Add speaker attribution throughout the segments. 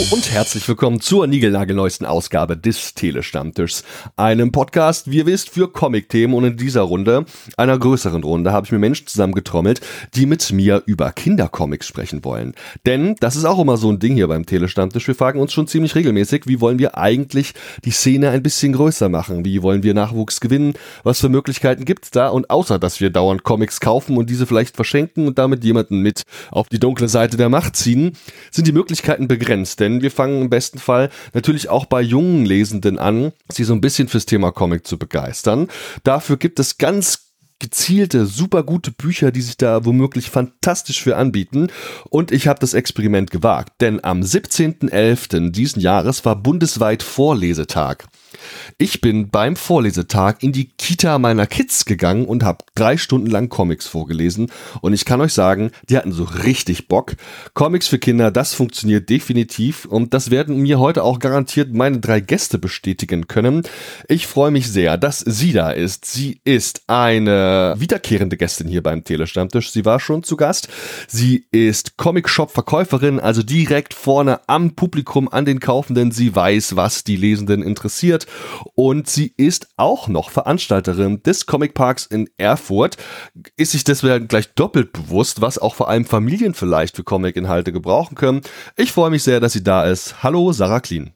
Speaker 1: und herzlich willkommen zur niegelnagelneuesten Ausgabe des Telestammtischs. Einem Podcast, wie ihr wisst, für Comic-Themen, und in dieser Runde, einer größeren Runde, habe ich mir Menschen zusammengetrommelt, die mit mir über Kindercomics sprechen wollen. Denn das ist auch immer so ein Ding hier beim Telestammtisch. Wir fragen uns schon ziemlich regelmäßig, wie wollen wir eigentlich die Szene ein bisschen größer machen? Wie wollen wir Nachwuchs gewinnen? Was für Möglichkeiten gibt's da? Und außer, dass wir dauernd Comics kaufen und diese vielleicht verschenken und damit jemanden mit auf die dunkle Seite der Macht ziehen, sind die Möglichkeiten begrenzt. Denn wir fangen im besten Fall natürlich auch bei jungen Lesenden an, sie so ein bisschen fürs Thema Comic zu begeistern. Dafür gibt es ganz gezielte, super gute Bücher, die sich da womöglich fantastisch für anbieten. Und ich habe das Experiment gewagt, denn am 17.11. diesen Jahres war bundesweit Vorlesetag. Ich bin beim Vorlesetag in die Kita meiner Kids gegangen und habe 3 Stunden lang Comics vorgelesen. Und ich kann euch sagen, die hatten so richtig Bock. Comics für Kinder, das funktioniert definitiv. Und das werden mir heute auch garantiert meine 3 Gäste bestätigen können. Ich freue mich sehr, dass sie da ist. Sie ist eine wiederkehrende Gästin hier beim Telestammtisch. Sie war schon zu Gast. Sie ist Comic-Shop-Verkäuferin, also direkt vorne am Publikum, an den Kaufenden. Sie weiß, was die Lesenden interessiert. Und sie ist auch noch Veranstalterin des Comic Parks in Erfurt. Ist sich deswegen gleich doppelt bewusst, was auch vor allem Familien vielleicht für Comic-Inhalte gebrauchen können. Ich freue mich sehr, dass sie da ist. Hallo, Sarah Klien.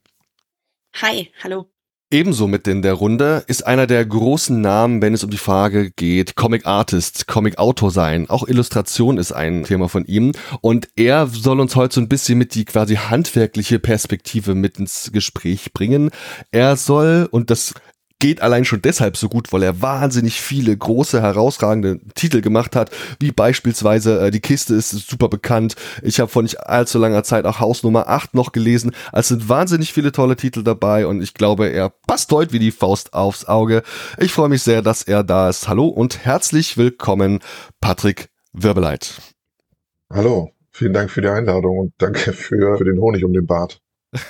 Speaker 2: Hi, hallo.
Speaker 1: Ebenso mit in der Runde ist einer der großen Namen, wenn es um die Frage geht, Comic Artist, Comic Autor sein. Auch Illustration ist ein Thema von ihm. Und er soll uns heute so ein bisschen mit die quasi handwerkliche Perspektive mit ins Gespräch bringen. Er soll, und das geht allein schon deshalb so gut, weil er wahnsinnig viele große, herausragende Titel gemacht hat, wie beispielsweise Die Kiste ist super bekannt. Ich habe vor nicht allzu langer Zeit auch Haus Nummer 8 noch gelesen. Es sind wahnsinnig viele tolle Titel dabei und ich glaube, er passt heute wie die Faust aufs Auge. Ich freue mich sehr, dass er da ist. Hallo und herzlich willkommen, Patrick Wirbeleit.
Speaker 3: Hallo, vielen Dank für die Einladung und danke für den Honig um den Bart.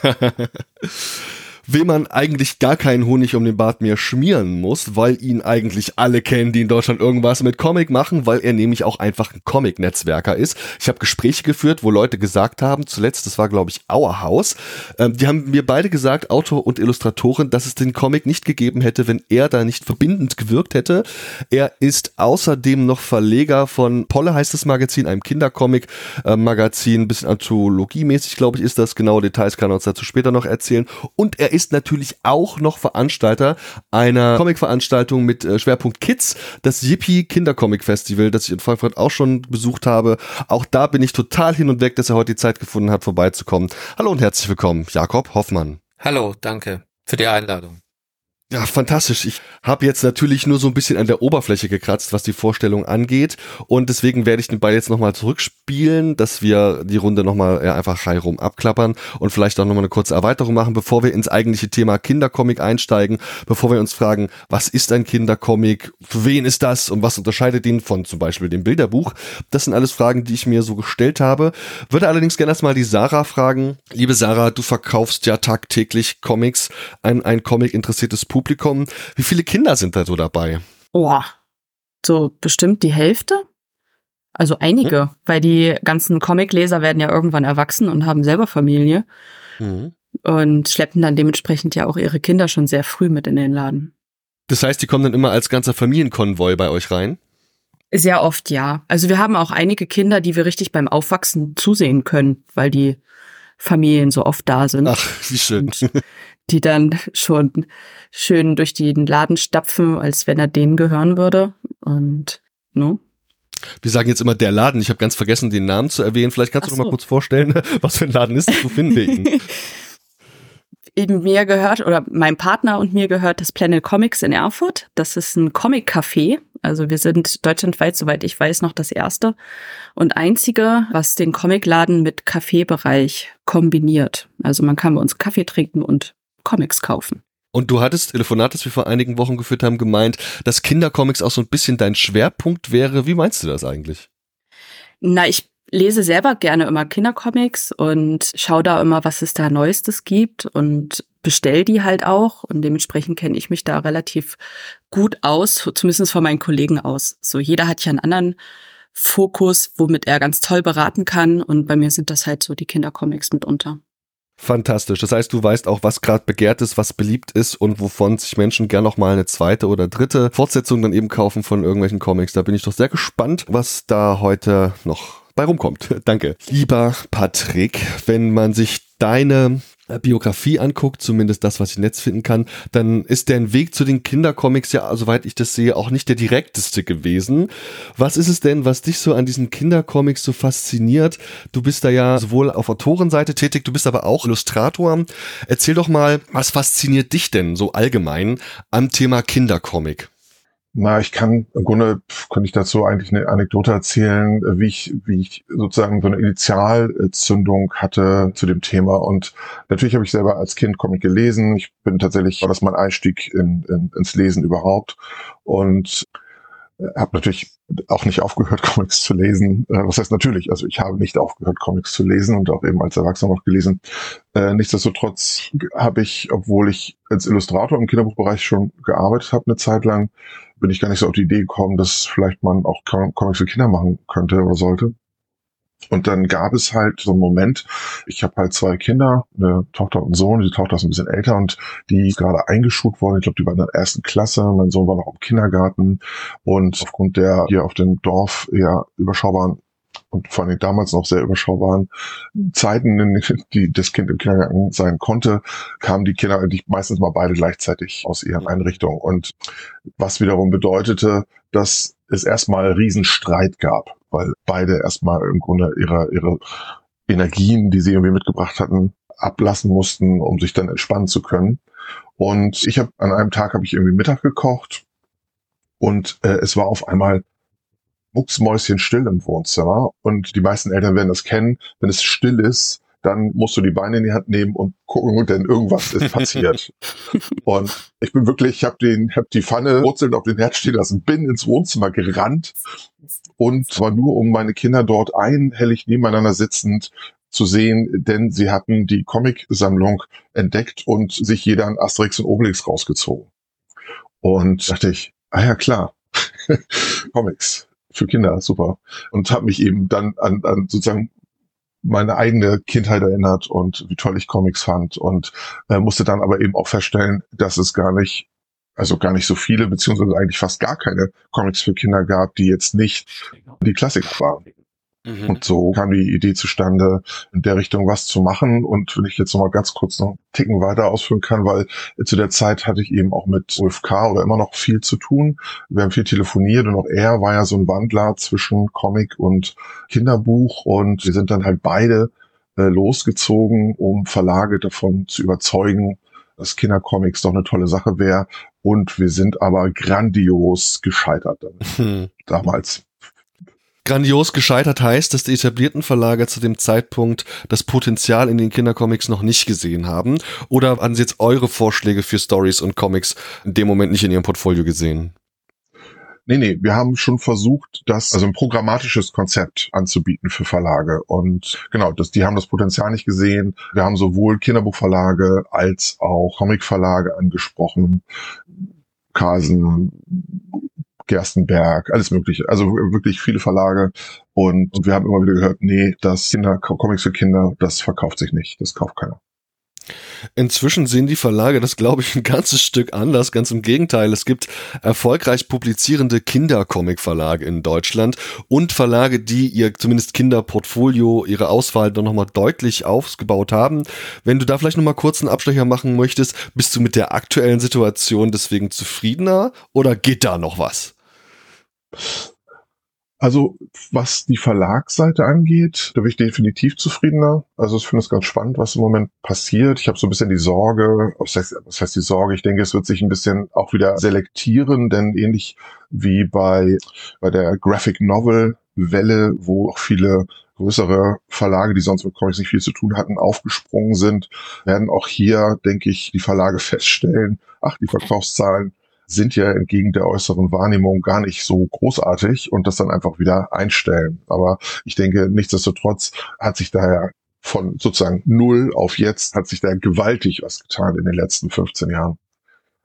Speaker 1: Will man eigentlich gar keinen Honig um den Bart mehr schmieren muss, weil ihn eigentlich alle kennen, die in Deutschland irgendwas mit Comic machen, weil er nämlich auch einfach ein Comic-Netzwerker ist. Ich habe Gespräche geführt, wo Leute gesagt haben, zuletzt, das war glaube ich Auerhaus, die haben mir beide gesagt, Autor und Illustratorin, dass es den Comic nicht gegeben hätte, wenn er da nicht verbindend gewirkt hätte. Er ist außerdem noch Verleger von Polle, heißt das Magazin, einem Kindercomic-Magazin, ein bisschen anthologiemäßig, glaube ich, ist das. Genaue Details kann er uns dazu später noch erzählen. Und er ist natürlich auch noch Veranstalter einer Comic-Veranstaltung mit Schwerpunkt Kids, das Yippie Kindercomic Festival, das ich in Frankfurt auch schon besucht habe. Auch da bin ich total hin und weg, dass er heute die Zeit gefunden hat, vorbeizukommen. Hallo und herzlich willkommen, Jakob Hoffmann.
Speaker 4: Hallo, danke für die Einladung.
Speaker 1: Ja, fantastisch. Ich habe jetzt natürlich nur so ein bisschen an der Oberfläche gekratzt, was die Vorstellung angeht. Und deswegen werde ich den Ball jetzt nochmal zurückspielen, dass wir die Runde nochmal einfach reihum abklappern und vielleicht auch nochmal eine kurze Erweiterung machen, bevor wir ins eigentliche Thema Kindercomic einsteigen, bevor wir uns fragen, was ist ein Kindercomic, für wen ist das und was unterscheidet ihn von zum Beispiel dem Bilderbuch. Das sind alles Fragen, die ich mir so gestellt habe. Würde allerdings gerne erstmal die Sarah fragen. Liebe Sarah, du verkaufst ja tagtäglich Comics an ein Comic-interessiertes Publikum. Wie viele Kinder sind da so dabei?
Speaker 2: Oh, so bestimmt die Hälfte? Also einige, weil die ganzen Comicleser werden ja irgendwann erwachsen und haben selber Familie und schleppen dann dementsprechend ja auch ihre Kinder schon sehr früh mit in den Laden.
Speaker 1: Das heißt, die kommen dann immer als ganzer Familienkonvoi bei euch rein?
Speaker 2: Sehr oft, ja. Also wir haben auch einige Kinder, die wir richtig beim Aufwachsen zusehen können, weil die Familien so oft da sind.
Speaker 1: Ach, wie schön.
Speaker 2: Und die dann schon schön durch den Laden stapfen, als wenn er denen gehören würde. Und, no?
Speaker 1: Wir sagen jetzt immer der Laden. Ich habe ganz vergessen, den Namen zu erwähnen. Vielleicht kannst du noch mal kurz vorstellen, was für ein Laden ist das? Wo finden wir ihn?
Speaker 2: Eben mir gehört, oder meinem Partner und mir gehört das Planet Comics in Erfurt. Das ist ein Comic-Café. Also wir sind deutschlandweit, soweit ich weiß, noch das erste und einzige, was den Comicladen mit Kaffeebereich kombiniert. Also man kann bei uns Kaffee trinken und Comics kaufen.
Speaker 1: Und du hattest Telefonat, das wir vor einigen Wochen geführt haben, gemeint, dass Kindercomics auch so ein bisschen dein Schwerpunkt wäre. Wie meinst du das eigentlich?
Speaker 2: Na, ich lese selber gerne immer Kindercomics und schaue da immer, was es da Neuestes gibt und bestell die halt auch. Und dementsprechend kenne ich mich da relativ gut aus, zumindest von meinen Kollegen aus. So, jeder hat ja einen anderen Fokus, womit er ganz toll beraten kann. Und bei mir sind das halt so die Kindercomics mitunter.
Speaker 1: Fantastisch. Das heißt, du weißt auch, was gerade begehrt ist, was beliebt ist und wovon sich Menschen gern noch mal eine zweite oder dritte Fortsetzung dann eben kaufen von irgendwelchen Comics. Da bin ich doch sehr gespannt, was da heute noch bei rumkommt. Danke. Lieber Patrick, wenn man sich deine Biografie anguckt, zumindest das, was ich im Netz finden kann, dann ist dein Weg zu den Kindercomics ja, soweit ich das sehe, auch nicht der direkteste gewesen. Was ist es denn, was dich so an diesen Kindercomics so fasziniert? Du bist da ja sowohl auf Autorenseite tätig, du bist aber auch Illustrator. Erzähl doch mal, was fasziniert dich denn so allgemein am Thema Kindercomic?
Speaker 3: Im Grunde könnte ich dazu eigentlich eine Anekdote erzählen, wie ich sozusagen so eine Initialzündung hatte zu dem Thema. Und natürlich habe ich selber als Kind Comic gelesen. War das mein Einstieg ins Lesen überhaupt. Und habe natürlich auch nicht aufgehört, Comics zu lesen. Was heißt natürlich? Also ich habe nicht aufgehört, Comics zu lesen und auch eben als Erwachsener noch gelesen. Nichtsdestotrotz habe ich, obwohl ich als Illustrator im Kinderbuchbereich schon gearbeitet habe eine Zeit lang, bin ich gar nicht so auf die Idee gekommen, dass vielleicht man auch Comics für Kinder machen könnte oder sollte. Und dann gab es halt so einen Moment, ich habe halt 2 Kinder, eine Tochter und einen Sohn, die Tochter ist ein bisschen älter und die ist gerade eingeschult worden, ich glaube, die war in der 1. Klasse, mein Sohn war noch im Kindergarten und aufgrund der hier auf dem Dorf eher überschaubaren und vor allem damals noch sehr überschaubaren Zeiten, in die das Kind im Kindergarten sein konnte, kamen die Kinder eigentlich meistens mal beide gleichzeitig aus ihren Einrichtungen. Und was wiederum bedeutete, dass es erstmal Riesenstreit gab, weil beide erstmal im Grunde ihre Energien, die sie irgendwie mitgebracht hatten, ablassen mussten, um sich dann entspannen zu können. Und an einem Tag habe ich irgendwie Mittag gekocht und es war auf einmal mucksmäuschenstill im Wohnzimmer und die meisten Eltern werden das kennen, wenn es still ist, dann musst du die Beine in die Hand nehmen und gucken, denn irgendwas ist passiert. Und ich habe die Pfanne wurzelnd auf den Herd stehen lassen, bin ins Wohnzimmer gerannt und zwar nur, um meine Kinder dort einhellig nebeneinander sitzend zu sehen, denn sie hatten die Comic-Sammlung entdeckt und sich jeder an Asterix und Obelix rausgezogen. Und dachte ich, ja klar, Comics für Kinder, super. Und habe mich eben dann an sozusagen meine eigene Kindheit erinnert und wie toll ich Comics fand und musste dann aber eben auch feststellen, dass es gar nicht so viele, beziehungsweise eigentlich fast gar keine Comics für Kinder gab, die jetzt nicht die Klassiker waren. Mhm. Und so kam die Idee zustande, in der Richtung was zu machen. Und wenn ich jetzt noch mal ganz kurz noch einen Ticken weiter ausführen kann, weil zu der Zeit hatte ich eben auch mit Ulf K. oder immer noch viel zu tun. Wir haben viel telefoniert und auch er war ja so ein Wandler zwischen Comic und Kinderbuch. Und wir sind dann halt beide losgezogen, um Verlage davon zu überzeugen, dass Kindercomics doch eine tolle Sache wäre. Und wir sind aber grandios gescheitert damals.
Speaker 1: Grandios gescheitert heißt, dass die etablierten Verlage zu dem Zeitpunkt das Potenzial in den Kindercomics noch nicht gesehen haben? Oder haben sie jetzt eure Vorschläge für Stories und Comics in dem Moment nicht in ihrem Portfolio gesehen?
Speaker 3: Nee, wir haben schon versucht, ein programmatisches Konzept anzubieten für Verlage. Und genau, die haben das Potenzial nicht gesehen. Wir haben sowohl Kinderbuchverlage als auch Comicverlage angesprochen. Carlsen, Gerstenberg, alles mögliche. Also wirklich viele Verlage. Und wir haben immer wieder gehört, nee, Comics für Kinder, das verkauft sich nicht. Das kauft keiner.
Speaker 1: Inzwischen sehen die Verlage das, glaube ich, ein ganzes Stück anders. Ganz im Gegenteil. Es gibt erfolgreich publizierende Kindercomic-Verlage in Deutschland und Verlage, die ihr zumindest Kinderportfolio, ihre Auswahl dann nochmal deutlich ausgebaut haben. Wenn du da vielleicht nochmal kurz einen Abstecher machen möchtest, bist du mit der aktuellen Situation deswegen zufriedener oder geht da noch was?
Speaker 3: Also was die Verlagsseite angeht, da bin ich definitiv zufriedener. Also ich finde es ganz spannend, was im Moment passiert. Ich habe so ein bisschen die Sorge, was heißt die Sorge? Ich denke, es wird sich ein bisschen auch wieder selektieren, denn ähnlich wie bei der Graphic Novel Welle, wo auch viele größere Verlage, die sonst mit Comics nicht viel zu tun hatten, aufgesprungen sind, werden auch hier, denke ich, die Verlage feststellen, die Verkaufszahlen sind ja entgegen der äußeren Wahrnehmung gar nicht so großartig und das dann einfach wieder einstellen. Aber ich denke, nichtsdestotrotz hat sich daher von sozusagen 0 auf jetzt hat sich da gewaltig was getan in den letzten 15 Jahren.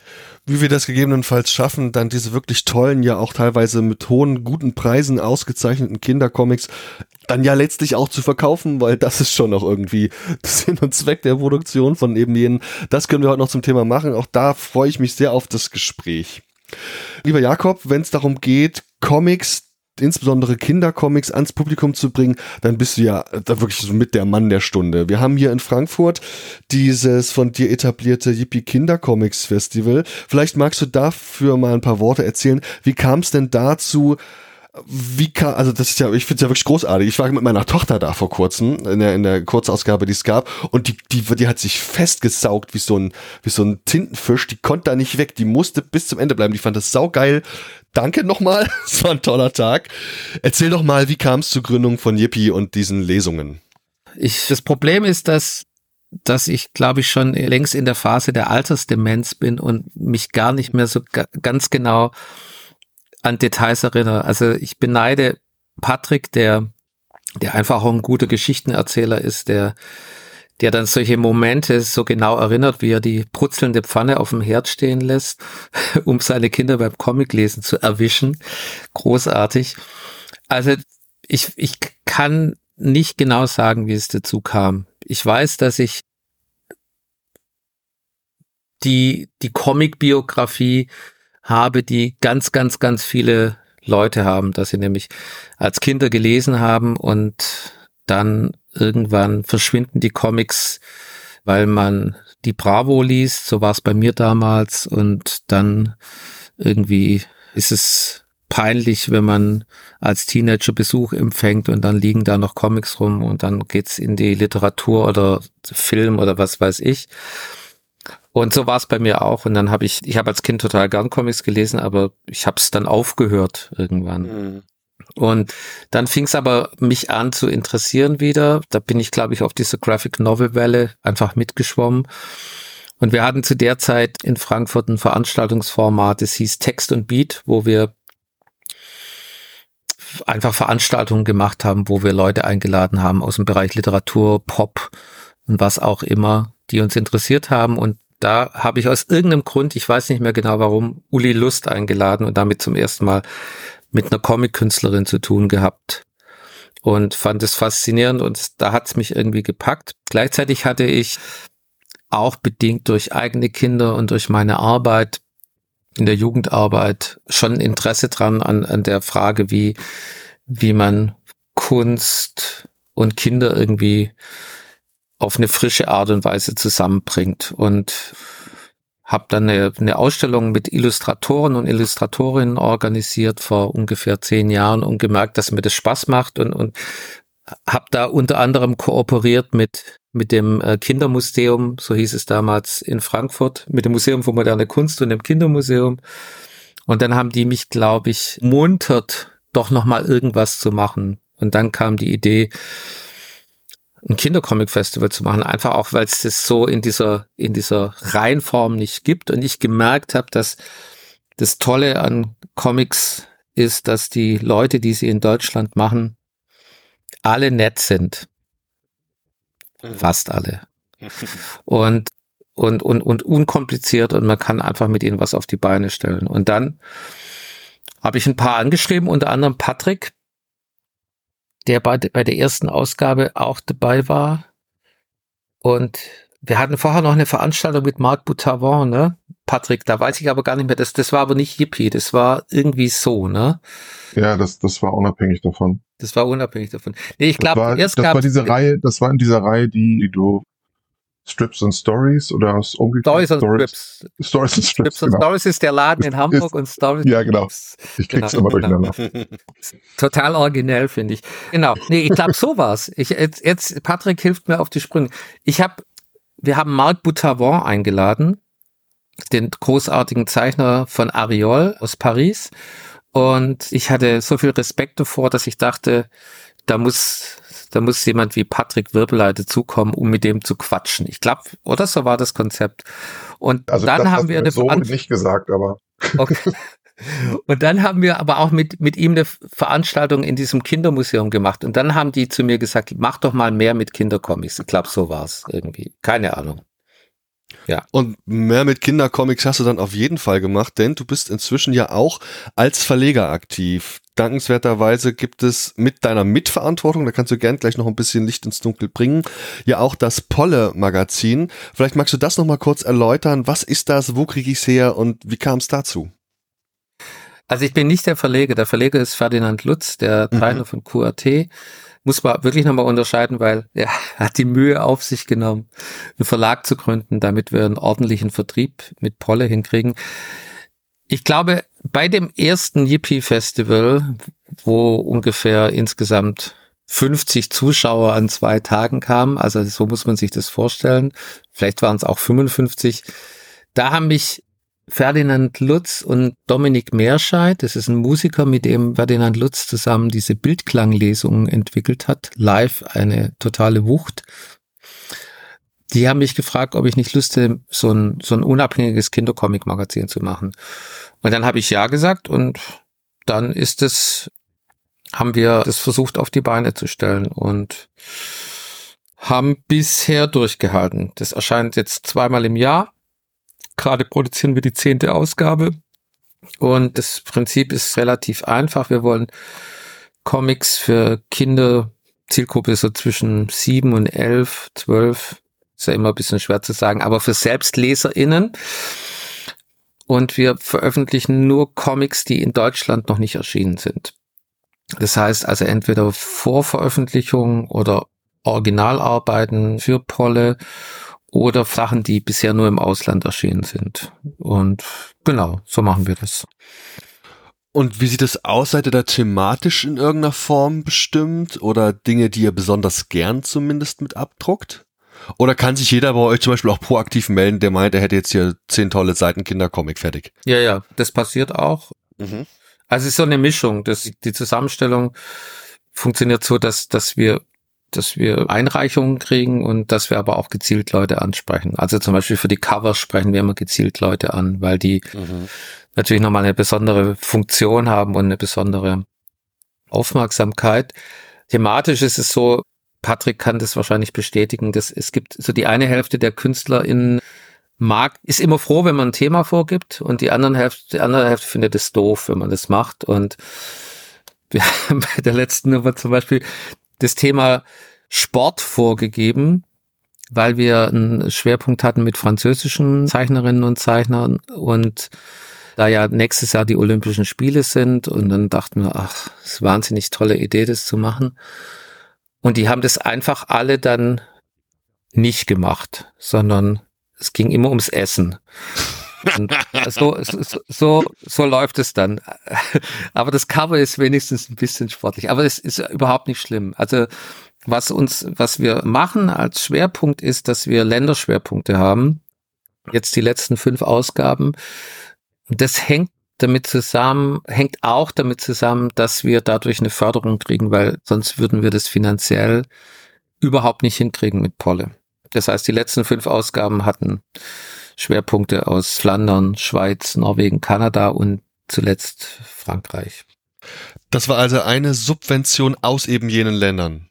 Speaker 1: Wie wir das gegebenenfalls schaffen, dann diese wirklich tollen, ja auch teilweise mit hohen, guten Preisen ausgezeichneten Kindercomics dann ja letztlich auch zu verkaufen, weil das ist schon noch irgendwie Sinn und Zweck der Produktion von eben jenen. Das können wir heute noch zum Thema machen. Auch da freue ich mich sehr auf das Gespräch. Lieber Jakob, wenn es darum geht, Comics, insbesondere Kindercomics ans Publikum zu bringen, dann bist du ja da wirklich so mit der Mann der Stunde. Wir haben hier in Frankfurt dieses von dir etablierte Yippie Kindercomics Festival. Vielleicht magst du dafür mal ein paar Worte erzählen. Wie kam es denn dazu? Also das ist ja, ich finde es ja wirklich großartig. Ich war mit meiner Tochter da vor kurzem, in der Kurzausgabe, die es gab, und die hat sich festgesaugt wie so ein Tintenfisch, die konnte da nicht weg, die musste bis zum Ende bleiben, die fand das saugeil. Danke nochmal, es war ein toller Tag. Erzähl doch mal, wie kam es zur Gründung von Yippie und diesen Lesungen?
Speaker 4: Das Problem ist, dass ich, glaube ich, schon längst in der Phase der Altersdemenz bin und mich gar nicht mehr so ganz genau an Details erinnere. Also ich beneide Patrick, der einfach auch ein guter Geschichtenerzähler ist, der dann solche Momente so genau erinnert, wie er die brutzelnde Pfanne auf dem Herd stehen lässt, um seine Kinder beim Comiclesen zu erwischen. Großartig. Also ich kann nicht genau sagen, wie es dazu kam. Ich weiß, dass ich die Comic-Biografie habe, die ganz, ganz, ganz viele Leute haben, dass sie nämlich als Kinder gelesen haben und dann irgendwann verschwinden die Comics, weil man die Bravo liest, so war es bei mir damals, und dann irgendwie ist es peinlich, wenn man als Teenager Besuch empfängt und dann liegen da noch Comics rum und dann geht's in die Literatur oder Film oder was weiß ich. Und so war es bei mir auch. Und dann habe ich als Kind total gern Comics gelesen, aber ich habe es dann aufgehört irgendwann. Mhm. Und dann fing es aber mich an zu interessieren wieder. Da bin ich, glaube ich, auf diese Graphic Novel Welle einfach mitgeschwommen. Und wir hatten zu der Zeit in Frankfurt ein Veranstaltungsformat, das hieß Text und Beat, wo wir einfach Veranstaltungen gemacht haben, wo wir Leute eingeladen haben aus dem Bereich Literatur, Pop und was auch immer, die uns interessiert haben. Und da habe ich aus irgendeinem Grund, ich weiß nicht mehr genau warum, Uli Lust eingeladen und damit zum ersten Mal mit einer Comic-Künstlerin zu tun gehabt und fand es faszinierend und da hat es mich irgendwie gepackt. Gleichzeitig hatte ich auch bedingt durch eigene Kinder und durch meine Arbeit in der Jugendarbeit schon Interesse dran an der Frage, wie man Kunst und Kinder irgendwie auf eine frische Art und Weise zusammenbringt, und habe dann eine Ausstellung mit Illustratoren und Illustratorinnen organisiert vor ungefähr 10 Jahren und gemerkt, dass mir das Spaß macht, und habe da unter anderem kooperiert mit dem Kindermuseum, so hieß es damals in Frankfurt, mit dem Museum für moderne Kunst und dem Kindermuseum. Und dann haben die mich, glaube ich, muntert, doch nochmal irgendwas zu machen. Und dann kam die Idee, ein Kindercomic-Festival zu machen, einfach auch, weil es das so in dieser Reihenform nicht gibt und ich gemerkt habe, dass das Tolle an Comics ist, dass die Leute, die sie in Deutschland machen, alle nett sind. Fast alle. Und unkompliziert, und man kann einfach mit ihnen was auf die Beine stellen. Und dann habe ich ein paar angeschrieben, unter anderem Patrick, der bei der ersten Ausgabe auch dabei war. Und wir hatten vorher noch eine Veranstaltung mit Marc Boutavant, ne? Patrick, da weiß ich aber gar nicht mehr, das war aber nicht Yippie, das war irgendwie so, ne?
Speaker 3: Ja, das war unabhängig davon.
Speaker 4: Das war unabhängig davon. Nee, ich glaube,
Speaker 3: das war in dieser Reihe, die du Strips and Stories oder umgekehrt?
Speaker 4: Stories and Strips.
Speaker 3: Stories and Strips,
Speaker 4: Strips and Stories ist der Laden in Hamburg und Stories.
Speaker 3: Ja, genau. Ich krieg's immer durcheinander.
Speaker 4: Total originell, finde ich. Genau. Nee, ich glaube, so war's. Jetzt, Patrick hilft mir auf die Sprünge. Wir haben Marc Boutavant eingeladen, den großartigen Zeichner von Ariol aus Paris. Und ich hatte so viel Respekt davor, dass ich dachte, da muss jemand wie Patrick Wirbelei dazukommen, um mit dem zu quatschen. Ich glaube, oder so war das Konzept. Und
Speaker 3: also
Speaker 4: dann haben wir
Speaker 3: so nicht gesagt, aber
Speaker 4: okay. Und dann haben wir aber auch mit ihm eine Veranstaltung in diesem Kindermuseum gemacht. Und dann haben die zu mir gesagt, mach doch mal mehr mit Kindercomics. Ich glaube, so war es irgendwie. Keine Ahnung. Ja.
Speaker 1: Und mehr mit Kindercomics hast du dann auf jeden Fall gemacht, denn du bist inzwischen ja auch als Verleger aktiv. Dankenswerterweise gibt es mit deiner Mitverantwortung, da kannst du gern gleich noch ein bisschen Licht ins Dunkel bringen, ja auch das Polle-Magazin. Vielleicht magst du das noch mal kurz erläutern. Was ist das, wo kriege ich es her und wie kam es dazu?
Speaker 4: Also ich bin nicht der Verleger. Der Verleger ist Ferdinand Lutz, der Teilnehmer von QAT. Muss man wirklich nochmal unterscheiden, weil er hat die Mühe auf sich genommen, einen Verlag zu gründen, damit wir einen ordentlichen Vertrieb mit Polle hinkriegen. Ich glaube, bei dem ersten Yippie-Festival, wo ungefähr insgesamt 50 Zuschauer an 2 Tagen kamen, also so muss man sich das vorstellen, vielleicht waren es auch 55, da haben mich Ferdinand Lutz und Dominik Meerscheid, das ist ein Musiker, mit dem Ferdinand Lutz zusammen diese Bildklanglesungen entwickelt hat, live eine totale Wucht. Die haben mich gefragt, ob ich nicht Lust hätte, so ein unabhängiges Kindercomic-Magazin zu machen. Und dann habe ich ja gesagt und dann haben wir das versucht auf die Beine zu stellen und haben bisher durchgehalten. Das erscheint jetzt 2-mal im Jahr. Gerade produzieren wir die 10. Ausgabe und das Prinzip ist relativ einfach. Wir wollen Comics für Kinder, Zielgruppe so zwischen 7 und 11, 12, ist ja immer ein bisschen schwer zu sagen, aber für SelbstleserInnen. Und wir veröffentlichen nur Comics, die in Deutschland noch nicht erschienen sind. Das heißt also entweder Vorveröffentlichung oder Originalarbeiten für Polle oder Sachen, die bisher nur im Ausland erschienen sind. Und genau, so machen wir das.
Speaker 1: Und wie sieht es aus? Seid ihr da thematisch in irgendeiner Form bestimmt oder Dinge, die ihr besonders gern zumindest mit abdruckt? Oder kann sich jeder bei euch zum Beispiel auch proaktiv melden, der meint, er hätte jetzt hier 10 tolle Seiten Kindercomic fertig?
Speaker 4: Ja, das passiert auch. Also es ist so eine Mischung. Die Zusammenstellung funktioniert so, dass wir Einreichungen kriegen und dass wir aber auch gezielt Leute ansprechen. Also zum Beispiel für die Covers sprechen wir immer gezielt Leute an, weil die natürlich nochmal eine besondere Funktion haben und eine besondere Aufmerksamkeit. Thematisch ist es so, Patrick kann das wahrscheinlich bestätigen, dass es gibt so die eine Hälfte der KünstlerInnen ist immer froh, wenn man ein Thema vorgibt und die andere Hälfte findet es doof, wenn man das macht. Und wir haben bei der letzten Nummer zum Beispiel das Thema Sport vorgegeben, weil wir einen Schwerpunkt hatten mit französischen Zeichnerinnen und Zeichnern und da ja nächstes Jahr die Olympischen Spiele sind und dann dachten wir, das ist eine wahnsinnig tolle Idee, das zu machen. Und die haben das einfach alle dann nicht gemacht, sondern es ging immer ums Essen. Und so läuft es dann. Aber das Cover ist wenigstens ein bisschen sportlich. Aber es ist überhaupt nicht schlimm. Also was wir machen als Schwerpunkt ist, dass wir Länderschwerpunkte haben. Jetzt die letzten 5 Ausgaben. Und das hängt auch damit zusammen, dass wir dadurch eine Förderung kriegen, weil sonst würden wir das finanziell überhaupt nicht hinkriegen mit Polle. Das heißt, die letzten 5 Ausgaben hatten Schwerpunkte aus Flandern, Schweiz, Norwegen, Kanada und zuletzt Frankreich.
Speaker 1: Das war also eine Subvention aus eben jenen Ländern.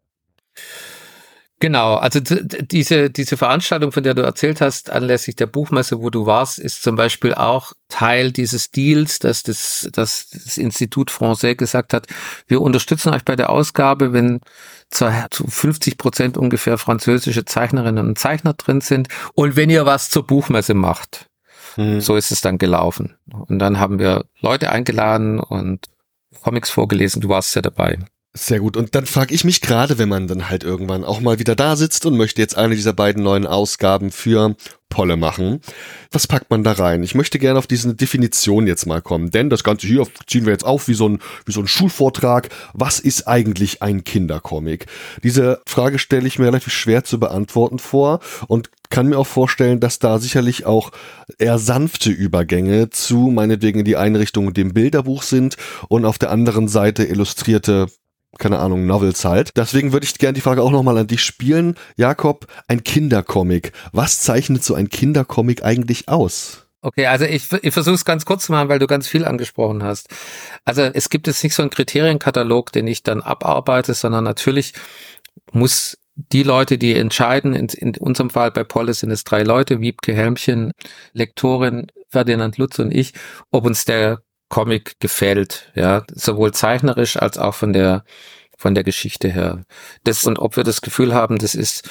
Speaker 4: Genau, also diese Veranstaltung, von der du erzählt hast, anlässlich der Buchmesse, wo du warst, ist zum Beispiel auch Teil dieses Deals, dass das Institut Français gesagt hat, wir unterstützen euch bei der Ausgabe, wenn zu 50% ungefähr französische Zeichnerinnen und Zeichner drin sind und wenn ihr was zur Buchmesse macht. So ist es dann gelaufen. Und dann haben wir Leute eingeladen und Comics vorgelesen, du warst ja dabei.
Speaker 1: Sehr gut. Und dann frage ich mich gerade, wenn man dann halt irgendwann auch mal wieder da sitzt und möchte jetzt eine dieser beiden neuen Ausgaben für Polle machen, was packt man da rein? Ich möchte gerne auf diese Definition jetzt mal kommen, denn das Ganze hier ziehen wir jetzt auf wie so ein Schulvortrag. Was ist eigentlich ein Kindercomic? Diese Frage stelle ich mir relativ schwer zu beantworten vor und kann mir auch vorstellen, dass da sicherlich auch eher sanfte Übergänge zu meinetwegen in die Einrichtung dem Bilderbuch sind und auf der anderen Seite illustrierte, keine Ahnung, Novels halt. Deswegen würde ich gerne die Frage auch nochmal an dich spielen. Jakob, ein Kindercomic. Was zeichnet so ein Kindercomic eigentlich aus?
Speaker 4: Okay, also ich versuche es ganz kurz zu machen, weil du ganz viel angesprochen hast. Also es gibt jetzt nicht so einen Kriterienkatalog, den ich dann abarbeite, sondern natürlich muss die Leute, die entscheiden, in unserem Fall bei Polis sind es 3 Leute, Wiebke Helmchen, Lektorin, Ferdinand Lutz und ich, ob uns der Comic gefällt, ja, sowohl zeichnerisch als auch von der Geschichte her. Und ob wir das Gefühl haben, das ist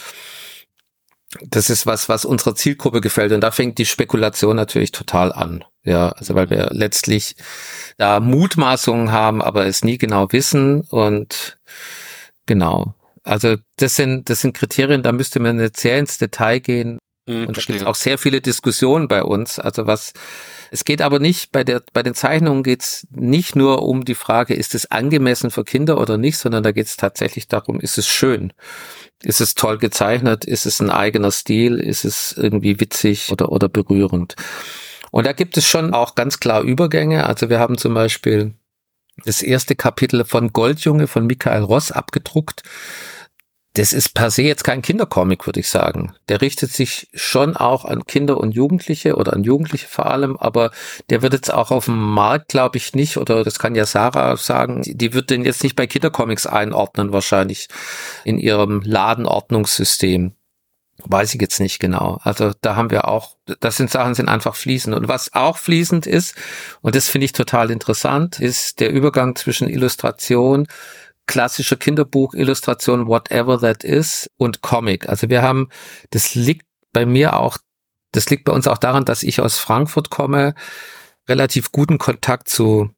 Speaker 4: was unserer Zielgruppe gefällt. Und da fängt die Spekulation natürlich total an. Ja, also weil wir letztlich da Mutmaßungen haben, aber es nie genau wissen. Und genau. Also das sind Kriterien, da müsste man jetzt sehr ins Detail gehen. Und da gibt es auch sehr viele Diskussionen bei uns. Also es geht aber nicht, bei den Zeichnungen geht es nicht nur um die Frage, ist es angemessen für Kinder oder nicht, sondern da geht es tatsächlich darum, ist es schön? Ist es toll gezeichnet? Ist es ein eigener Stil? Ist es irgendwie witzig oder berührend? Und da gibt es schon auch ganz klar Übergänge. Also wir haben zum Beispiel das erste Kapitel von Goldjunge von Michael Ross abgedruckt. Das ist per se jetzt kein Kindercomic, würde ich sagen. Der richtet sich schon auch an Kinder und Jugendliche oder an Jugendliche vor allem, aber der wird jetzt auch auf dem Markt, glaube ich, nicht, oder das kann ja Sarah sagen, die wird den jetzt nicht bei Kindercomics einordnen wahrscheinlich in ihrem Ladenordnungssystem. Weiß ich jetzt nicht genau. Also da haben wir auch, sind einfach fließend. Und was auch fließend ist, und das finde ich total interessant, ist der Übergang zwischen Illustration, klassische Kinderbuch-Illustration, whatever that is, und Comic. Also das liegt bei uns auch daran, dass ich aus Frankfurt komme, relativ guten Kontakt zu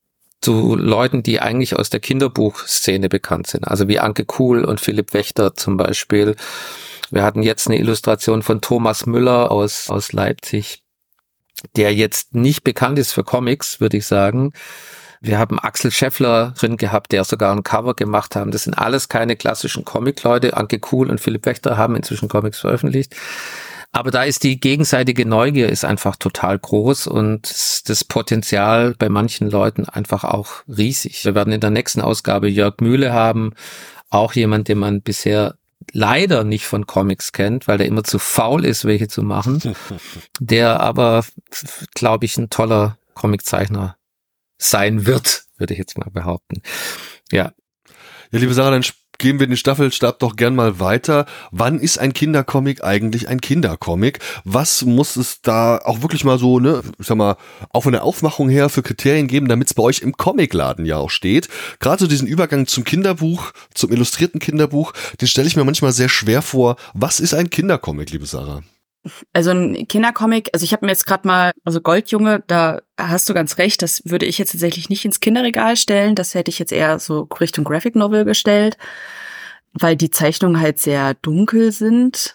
Speaker 4: Leuten, die eigentlich aus der Kinderbuchszene bekannt sind. Also wie Anke Kuhl und Philipp Wächter zum Beispiel. Wir hatten jetzt eine Illustration von Thomas Müller aus Leipzig, der jetzt nicht bekannt ist für Comics, würde ich sagen. Wir haben Axel Scheffler drin gehabt, der sogar ein Cover gemacht haben. Das sind alles keine klassischen Comic-Leute. Anke Kuhl und Philipp Wächter haben inzwischen Comics veröffentlicht. Aber da ist die gegenseitige Neugier ist einfach total groß und das Potenzial bei manchen Leuten einfach auch riesig. Wir werden in der nächsten Ausgabe Jörg Mühle haben, auch jemand, den man bisher leider nicht von Comics kennt, weil der immer zu faul ist, welche zu machen. Der aber, glaube ich, ein toller Comiczeichner sein wird, würde ich jetzt mal behaupten. Ja.
Speaker 1: Ja, liebe Sarah, dann geben wir den Staffelstab doch gern mal weiter. Wann ist ein Kindercomic eigentlich ein Kindercomic? Was muss es da auch wirklich mal so, ich sag mal, auch von der Aufmachung her für Kriterien geben, damit es bei euch im Comicladen ja auch steht? Gerade so diesen Übergang zum Kinderbuch, zum illustrierten Kinderbuch, den stelle ich mir manchmal sehr schwer vor. Was ist ein Kindercomic, liebe Sarah?
Speaker 2: Also ein Kindercomic, also ich habe mir jetzt gerade mal, also Goldjunge, da hast du ganz recht, das würde ich jetzt tatsächlich nicht ins Kinderregal stellen, das hätte ich jetzt eher so Richtung Graphic Novel gestellt, weil die Zeichnungen halt sehr dunkel sind.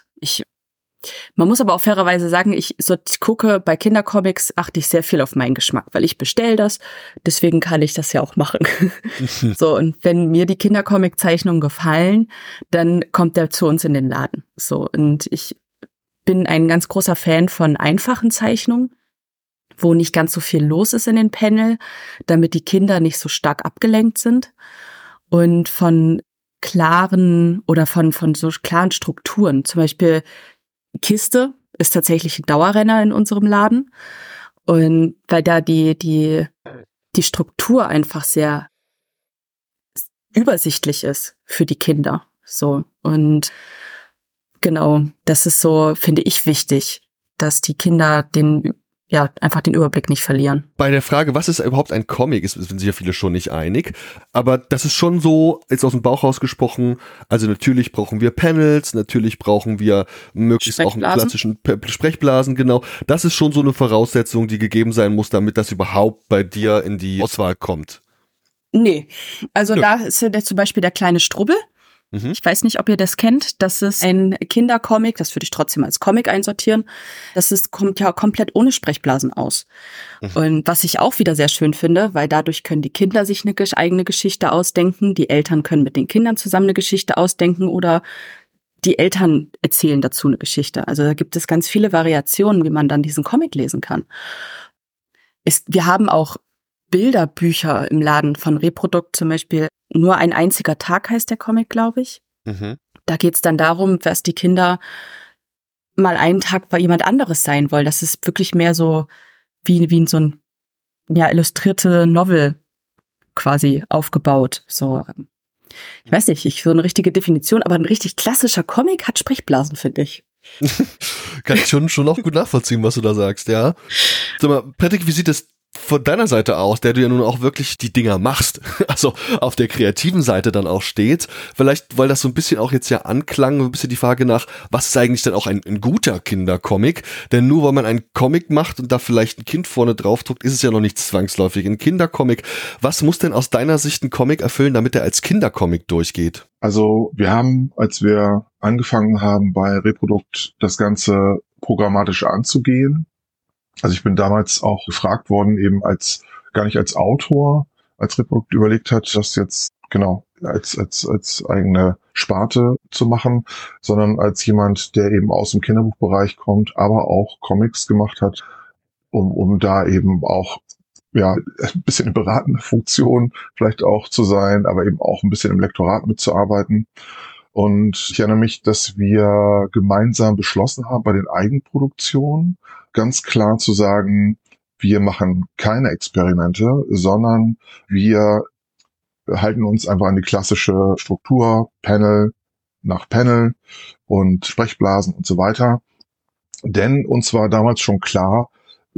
Speaker 2: Man muss aber auch fairerweise sagen, ich gucke bei Kindercomics, achte ich sehr viel auf meinen Geschmack, weil ich bestelle das, deswegen kann ich das ja auch machen. So, und wenn mir die Kindercomic-Zeichnungen gefallen, dann kommt der zu uns in den Laden. So, und ich bin ein ganz großer Fan von einfachen Zeichnungen, wo nicht ganz so viel los ist in den Panel, damit die Kinder nicht so stark abgelenkt sind, und von klaren oder von so klaren Strukturen. Zum Beispiel Kiste ist tatsächlich ein Dauerrenner in unserem Laden, und weil da die Struktur einfach sehr übersichtlich ist für die Kinder. So, und genau, das ist so, finde ich, wichtig, dass die Kinder einfach den Überblick nicht verlieren.
Speaker 1: Bei der Frage, was ist überhaupt ein Comic, sind sich ja viele schon nicht einig. Aber das ist schon so, jetzt aus dem Bauch rausgesprochen, also natürlich brauchen wir Panels, natürlich brauchen wir möglichst auch einen klassischen Sprechblasen, genau. Das ist schon so eine Voraussetzung, die gegeben sein muss, damit das überhaupt bei dir in die Auswahl kommt.
Speaker 2: Nee, also da ist ja zum Beispiel der kleine Strubbel. Ich weiß nicht, ob ihr das kennt. Das ist ein Kindercomic, das würde ich trotzdem als Comic einsortieren. Kommt ja komplett ohne Sprechblasen aus. Und was ich auch wieder sehr schön finde, weil dadurch können die Kinder sich eine eigene Geschichte ausdenken, die Eltern können mit den Kindern zusammen eine Geschichte ausdenken oder die Eltern erzählen dazu eine Geschichte. Also da gibt es ganz viele Variationen, wie man dann diesen Comic lesen kann. Wir haben auch Bilderbücher im Laden von Reprodukt, zum Beispiel Nur ein einziger Tag heißt der Comic, glaube ich. Da geht es dann darum, dass die Kinder mal einen Tag bei jemand anderes sein wollen. Das ist wirklich mehr so wie in so ein illustrierte Novel quasi aufgebaut. So, Ich weiß nicht, so eine richtige Definition, aber ein richtig klassischer Comic hat Sprechblasen, finde ich.
Speaker 1: Kann ich schon auch gut nachvollziehen, was du da sagst, ja. Sag mal, Patrick, wie sieht es von deiner Seite aus, der du ja nun auch wirklich die Dinger machst, also auf der kreativen Seite dann auch steht, vielleicht, weil das so ein bisschen auch jetzt ja anklang, ein bisschen die Frage nach, was ist eigentlich denn auch ein guter Kindercomic? Denn nur weil man einen Comic macht und da vielleicht ein Kind vorne drauf druckt, ist es ja noch nicht zwangsläufig ein Kindercomic. Was muss denn aus deiner Sicht ein Comic erfüllen, damit er als Kindercomic durchgeht?
Speaker 3: Also wir haben, als wir angefangen haben bei Reprodukt, das Ganze programmatisch anzugehen. Also ich bin damals auch gefragt worden, eben gar nicht als Autor, als Reprodukt überlegt hat, das jetzt genau als eigene Sparte zu machen, sondern als jemand, der eben aus dem Kinderbuchbereich kommt, aber auch Comics gemacht hat, um da eben auch ja ein bisschen in beratender Funktion vielleicht auch zu sein, aber eben auch ein bisschen im Lektorat mitzuarbeiten. Und ich erinnere mich, dass wir gemeinsam beschlossen haben, bei den Eigenproduktionen ganz klar zu sagen, wir machen keine Experimente, sondern wir halten uns einfach an die klassische Struktur, Panel nach Panel und Sprechblasen und so weiter. Denn uns war damals schon klar,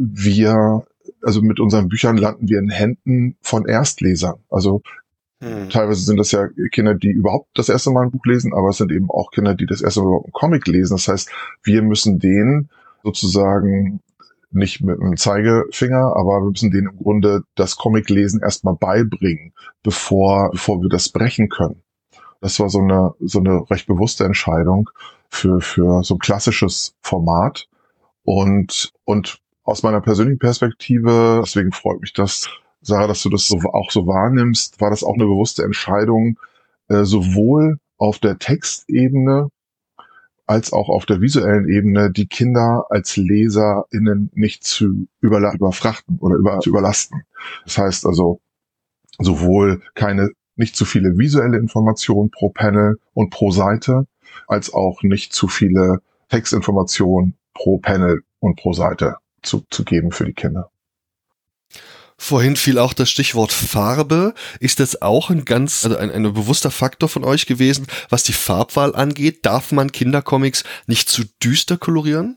Speaker 3: also mit unseren Büchern landen wir in Händen von Erstlesern. Also teilweise sind das ja Kinder, die überhaupt das erste Mal ein Buch lesen, aber es sind eben auch Kinder, die das erste Mal überhaupt einen Comic lesen. Das heißt, wir müssen denen sozusagen nicht mit einem Zeigefinger, aber wir müssen denen im Grunde das Comiclesen erstmal beibringen, bevor wir das brechen können. Das war so eine recht bewusste Entscheidung für so ein klassisches Format. Und aus meiner persönlichen Perspektive, deswegen freut mich das, Sarah, dass du das auch so wahrnimmst, war das auch eine bewusste Entscheidung, sowohl auf der Textebene als auch auf der visuellen Ebene die Kinder als LeserInnen nicht zu überfrachten oder zu überlasten. Das heißt also sowohl nicht zu viele visuelle Informationen pro Panel und pro Seite, als auch nicht zu viele Textinformationen pro Panel und pro Seite zu geben für die Kinder.
Speaker 1: Vorhin fiel auch das Stichwort Farbe. Ist das auch ein bewusster Faktor von euch gewesen, was die Farbwahl angeht? Darf man Kindercomics nicht zu düster kolorieren?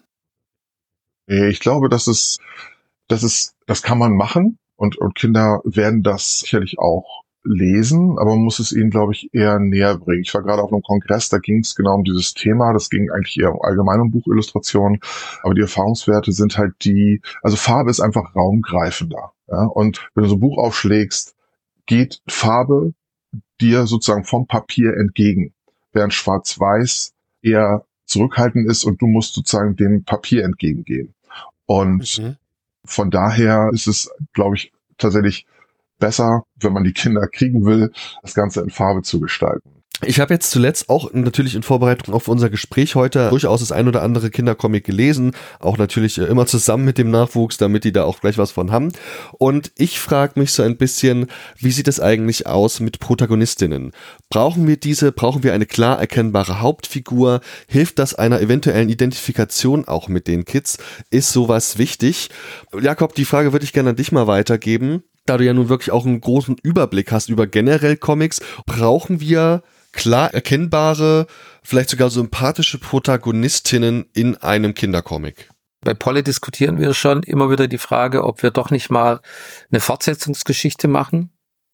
Speaker 3: Ich glaube, das kann man machen und Kinder werden das sicherlich auch lesen, aber man muss es ihnen, glaube ich, eher näher bringen. Ich war gerade auf einem Kongress, da ging es genau um dieses Thema. Das ging eigentlich eher allgemein um Buchillustrationen, aber die Erfahrungswerte sind halt also Farbe ist einfach raumgreifender. Ja? Und wenn du so ein Buch aufschlägst, geht Farbe dir sozusagen vom Papier entgegen, während Schwarz-Weiß eher zurückhaltend ist und du musst sozusagen dem Papier entgegengehen. Und von daher ist es, glaube ich, tatsächlich besser, wenn man die Kinder kriegen will, das Ganze in Farbe zu gestalten.
Speaker 1: Ich habe jetzt zuletzt auch natürlich in Vorbereitung auf unser Gespräch heute durchaus das ein oder andere Kindercomic gelesen, auch natürlich immer zusammen mit dem Nachwuchs, damit die da auch gleich was von haben. Und ich frage mich so ein bisschen, wie sieht es eigentlich aus mit Protagonistinnen? Brauchen wir eine klar erkennbare Hauptfigur? Hilft das einer eventuellen Identifikation auch mit den Kids? Ist sowas wichtig? Jakob, die Frage würde ich gerne an dich mal weitergeben. Da du ja nun wirklich auch einen großen Überblick hast über generell Comics, brauchen wir klar erkennbare, vielleicht sogar sympathische Protagonistinnen in einem Kindercomic?
Speaker 4: Bei Polly diskutieren wir schon immer wieder die Frage, ob wir doch nicht mal eine Fortsetzungsgeschichte machen,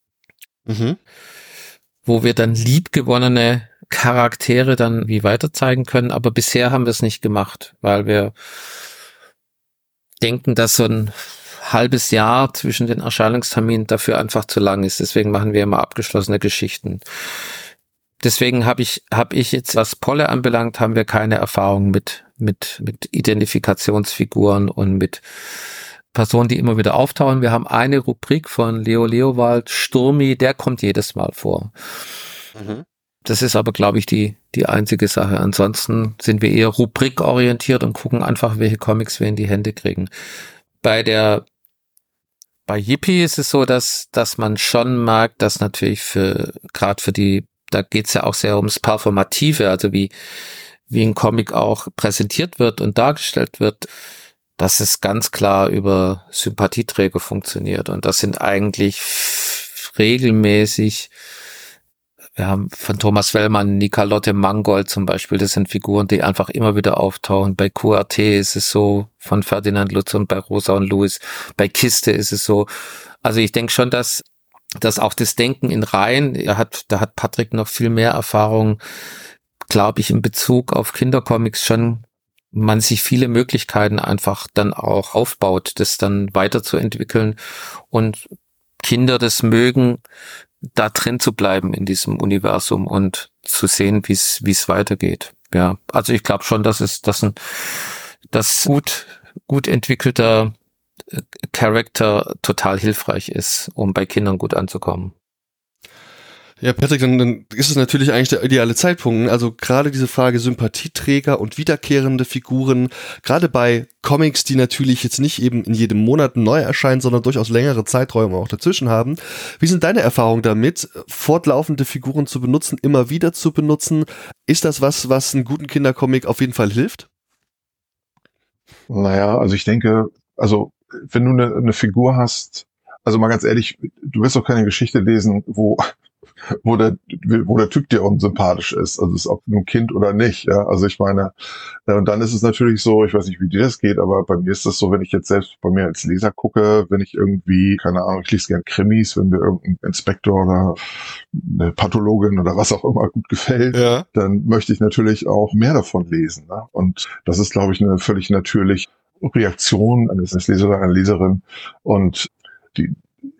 Speaker 4: wo wir dann liebgewonnene Charaktere dann wie weiter zeigen können, aber bisher haben wir es nicht gemacht, weil wir denken, dass so ein halbes Jahr zwischen den Erscheinungsterminen dafür einfach zu lang ist. Deswegen machen wir immer abgeschlossene Geschichten. Deswegen habe ich jetzt, was Polle anbelangt, haben wir keine Erfahrung mit Identifikationsfiguren und mit Personen, die immer wieder auftauchen. Wir haben eine Rubrik von Leo Leowald, Sturmi, der kommt jedes Mal vor. Das ist aber, glaube ich, die einzige Sache. Ansonsten sind wir eher rubrikorientiert und gucken einfach, welche Comics wir in die Hände kriegen. Bei Yippie ist es so, dass man schon merkt, dass natürlich da geht's ja auch sehr ums Performative, also wie ein Comic auch präsentiert wird und dargestellt wird, dass es ganz klar über Sympathieträger funktioniert. Und das sind eigentlich regelmäßig Wir haben von Thomas Wellmann Nicalotte Mangold zum Beispiel. Das sind Figuren, die einfach immer wieder auftauchen. Bei QRT ist es so, von Ferdinand Lutz und bei Rosa und Louis. Bei Kiste ist es so. Also ich denke schon, dass auch das Denken in Reihen, da hat Patrick noch viel mehr Erfahrung, glaube ich, in Bezug auf Kindercomics schon, man sich viele Möglichkeiten einfach dann auch aufbaut, das dann weiterzuentwickeln und Kinder das mögen, da drin zu bleiben in diesem Universum und zu sehen, wie es weitergeht. Ja, also ich glaube schon, dass das gut entwickelter Charakter total hilfreich ist, um bei Kindern gut anzukommen.
Speaker 1: Ja, Patrick, dann ist es natürlich eigentlich der ideale Zeitpunkt. Also gerade diese Frage Sympathieträger und wiederkehrende Figuren, gerade bei Comics, die natürlich jetzt nicht eben in jedem Monat neu erscheinen, sondern durchaus längere Zeiträume auch dazwischen haben. Wie sind deine Erfahrungen damit, fortlaufende Figuren zu benutzen, immer wieder zu benutzen? Ist das was einen guten Kindercomic auf jeden Fall hilft?
Speaker 3: Naja, also ich denke, also wenn du eine Figur hast, also mal ganz ehrlich, du wirst doch keine Geschichte lesen, wo der Typ dir unsympathisch ist, also ist ob ein Kind oder nicht, ja, also ich meine, und dann ist es natürlich so, ich weiß nicht, wie dir das geht, aber bei mir ist das so, wenn ich jetzt selbst bei mir als Leser gucke, wenn ich irgendwie, keine Ahnung, ich lese gern Krimis, wenn mir irgendein Inspektor oder eine Pathologin oder was auch immer gut gefällt, ja, dann möchte ich natürlich auch mehr davon lesen, ne? Und das ist, glaube ich, eine völlig natürliche Reaktion eines Lesers oder einer Leserin, und die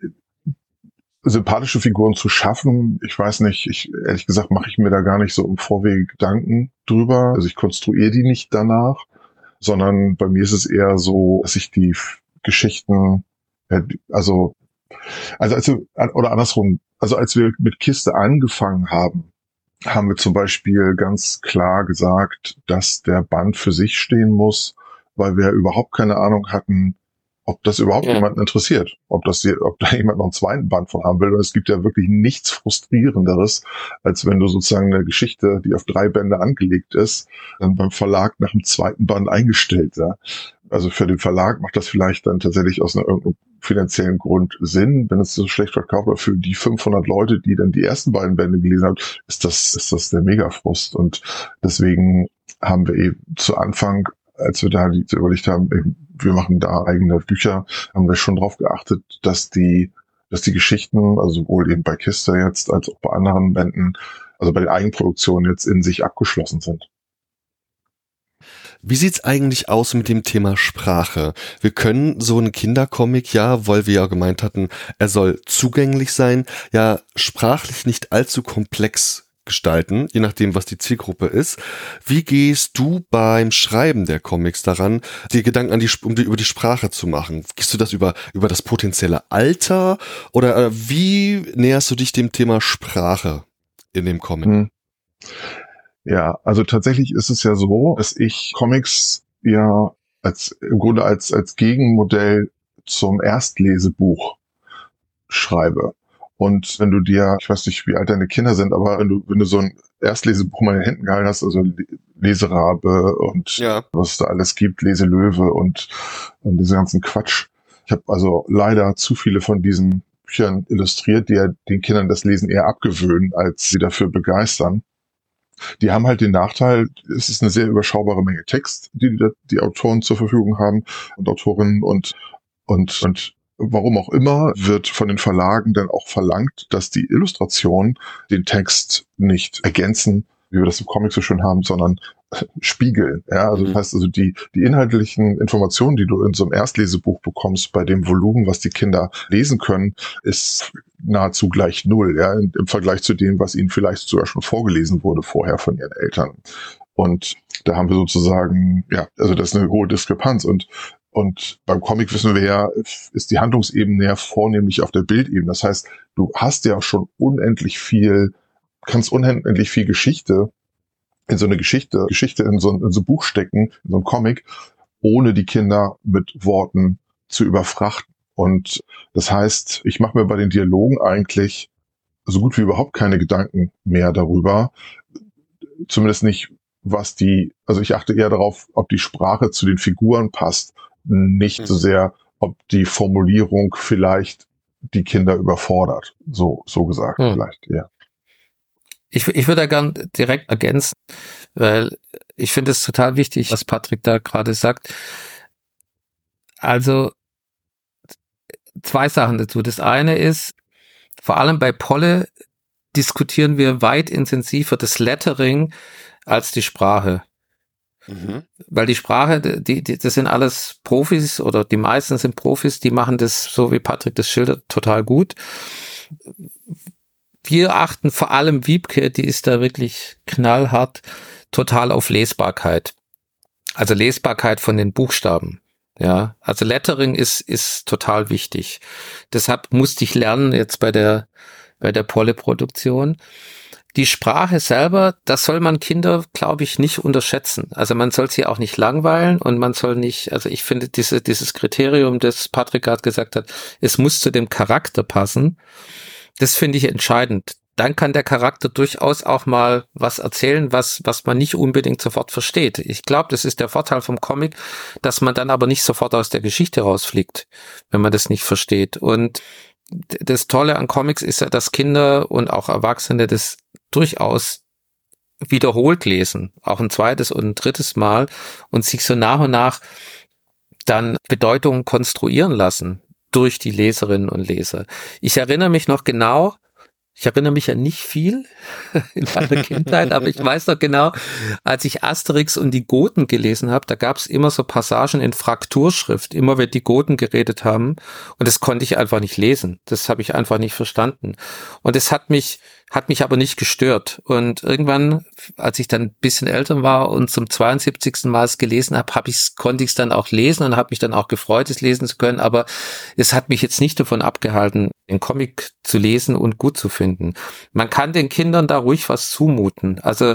Speaker 3: sympathische Figuren zu schaffen, ich weiß nicht, ehrlich gesagt mache ich mir da gar nicht so im Vorwege Gedanken drüber. Also ich konstruiere die nicht danach, sondern bei mir ist es eher so, dass ich die Geschichten, oder andersrum, also als wir mit Kiste angefangen haben wir zum Beispiel ganz klar gesagt, dass der Band für sich stehen muss, weil wir überhaupt keine Ahnung hatten, ob das überhaupt jemanden interessiert, ob da jemand noch einen zweiten Band von haben will. Und es gibt ja wirklich nichts Frustrierenderes, als wenn du sozusagen eine Geschichte, die auf 3 Bände angelegt ist, dann beim Verlag nach dem zweiten Band eingestellt. Ja? Also für den Verlag macht das vielleicht dann tatsächlich aus irgendeinem finanziellen Grund Sinn, wenn es so schlecht verkauft wird. Für die 500 Leute, die dann die ersten beiden Bände gelesen haben, ist das der Megafrust. Und deswegen haben wir eben zu Anfang, als wir da überlegt haben, wir machen da eigene Bücher, haben wir schon darauf geachtet, dass die Geschichten, also sowohl eben bei Kiste jetzt als auch bei anderen Bänden, also bei den Eigenproduktionen jetzt in sich abgeschlossen sind.
Speaker 1: Wie sieht's eigentlich aus mit dem Thema Sprache? Wir können so einen Kindercomic, ja, weil wir ja gemeint hatten, er soll zugänglich sein, ja, sprachlich nicht allzu komplex gestalten, je nachdem, was die Zielgruppe ist. Wie gehst du beim Schreiben der Comics daran, dir Gedanken über die Sprache zu machen? Gehst du das über das potenzielle Alter oder wie näherst du dich dem Thema Sprache in dem Comic?
Speaker 3: Ja, also tatsächlich ist es ja so, dass ich Comics ja im Grunde als Gegenmodell zum Erstlesebuch schreibe. Und wenn du dir, ich weiß nicht, wie alt deine Kinder sind, aber wenn du so ein Erstlesebuch mal in den Händen gehalten hast, also Leserabe und was es da alles gibt, Leselöwe und diesen ganzen Quatsch. Ich habe also leider zu viele von diesen Büchern illustriert, die ja den Kindern das Lesen eher abgewöhnen, als sie dafür begeistern. Die haben halt den Nachteil, es ist eine sehr überschaubare Menge Text, die Autoren zur Verfügung haben und Autorinnen und warum auch immer, wird von den Verlagen dann auch verlangt, dass die Illustrationen den Text nicht ergänzen, wie wir das im Comic so schön haben, sondern spiegeln. Ja, also das heißt, also die inhaltlichen Informationen, die du in so einem Erstlesebuch bekommst, bei dem Volumen, was die Kinder lesen können, ist nahezu gleich 0, ja, im Vergleich zu dem, was ihnen vielleicht sogar schon vorgelesen wurde vorher von ihren Eltern. Und da haben wir sozusagen, also das ist eine hohe Diskrepanz. Und beim Comic wissen wir ja, ist die Handlungsebene ja vornehmlich auf der Bildebene. Das heißt, du hast ja schon kannst unendlich viel Geschichte in so eine Geschichte in so ein Buch stecken, in so ein Comic, ohne die Kinder mit Worten zu überfrachten. Und das heißt, ich mache mir bei den Dialogen eigentlich so gut wie überhaupt keine Gedanken mehr darüber. Zumindest nicht, also ich achte eher darauf, ob die Sprache zu den Figuren passt, nicht so sehr, ob die Formulierung vielleicht die Kinder überfordert. So gesagt, vielleicht, ja.
Speaker 4: Ich würde da gern direkt ergänzen, weil ich finde es total wichtig, was Patrick da gerade sagt. Also 2 Sachen dazu. Das eine ist, vor allem bei Polle diskutieren wir weit intensiver das Lettering als die Sprache. Weil die Sprache, das sind alles Profis oder die meisten sind Profis, die machen das, so wie Patrick das schildert, total gut. Wir achten vor allem Wiebke, die ist da wirklich knallhart, total auf Lesbarkeit. Also Lesbarkeit von den Buchstaben. Ja, also Lettering ist total wichtig. Deshalb musste ich lernen jetzt bei der Polle-Produktion. Die Sprache selber, das soll man Kinder, glaube ich, nicht unterschätzen. Also man soll sie auch nicht langweilen und man soll nicht, also ich finde dieses Kriterium, das Patrick gerade gesagt hat, es muss zu dem Charakter passen, das finde ich entscheidend. Dann kann der Charakter durchaus auch mal was erzählen, was man nicht unbedingt sofort versteht. Ich glaube, das ist der Vorteil vom Comic, dass man dann aber nicht sofort aus der Geschichte rausfliegt, wenn man das nicht versteht. Und das Tolle an Comics ist ja, dass Kinder und auch Erwachsene das durchaus wiederholt lesen, auch ein zweites und ein drittes Mal und sich so nach und nach dann Bedeutungen konstruieren lassen durch die Leserinnen und Leser. Ich erinnere mich noch genau, ich erinnere mich ja nicht viel in meiner Kindheit, aber ich weiß noch genau, als ich Asterix und die Goten gelesen habe, da gab es immer so Passagen in Frakturschrift, immer wenn die Goten geredet haben und das konnte ich einfach nicht lesen. Das habe ich einfach nicht verstanden. Und es hat mich aber nicht gestört. Und irgendwann, als ich dann ein bisschen älter war und zum 72. Mal es gelesen habe, konnte ich es dann auch lesen und habe mich dann auch gefreut, es lesen zu können. Aber es hat mich jetzt nicht davon abgehalten, den Comic zu lesen und gut zu finden. Man kann den Kindern da ruhig was zumuten. Also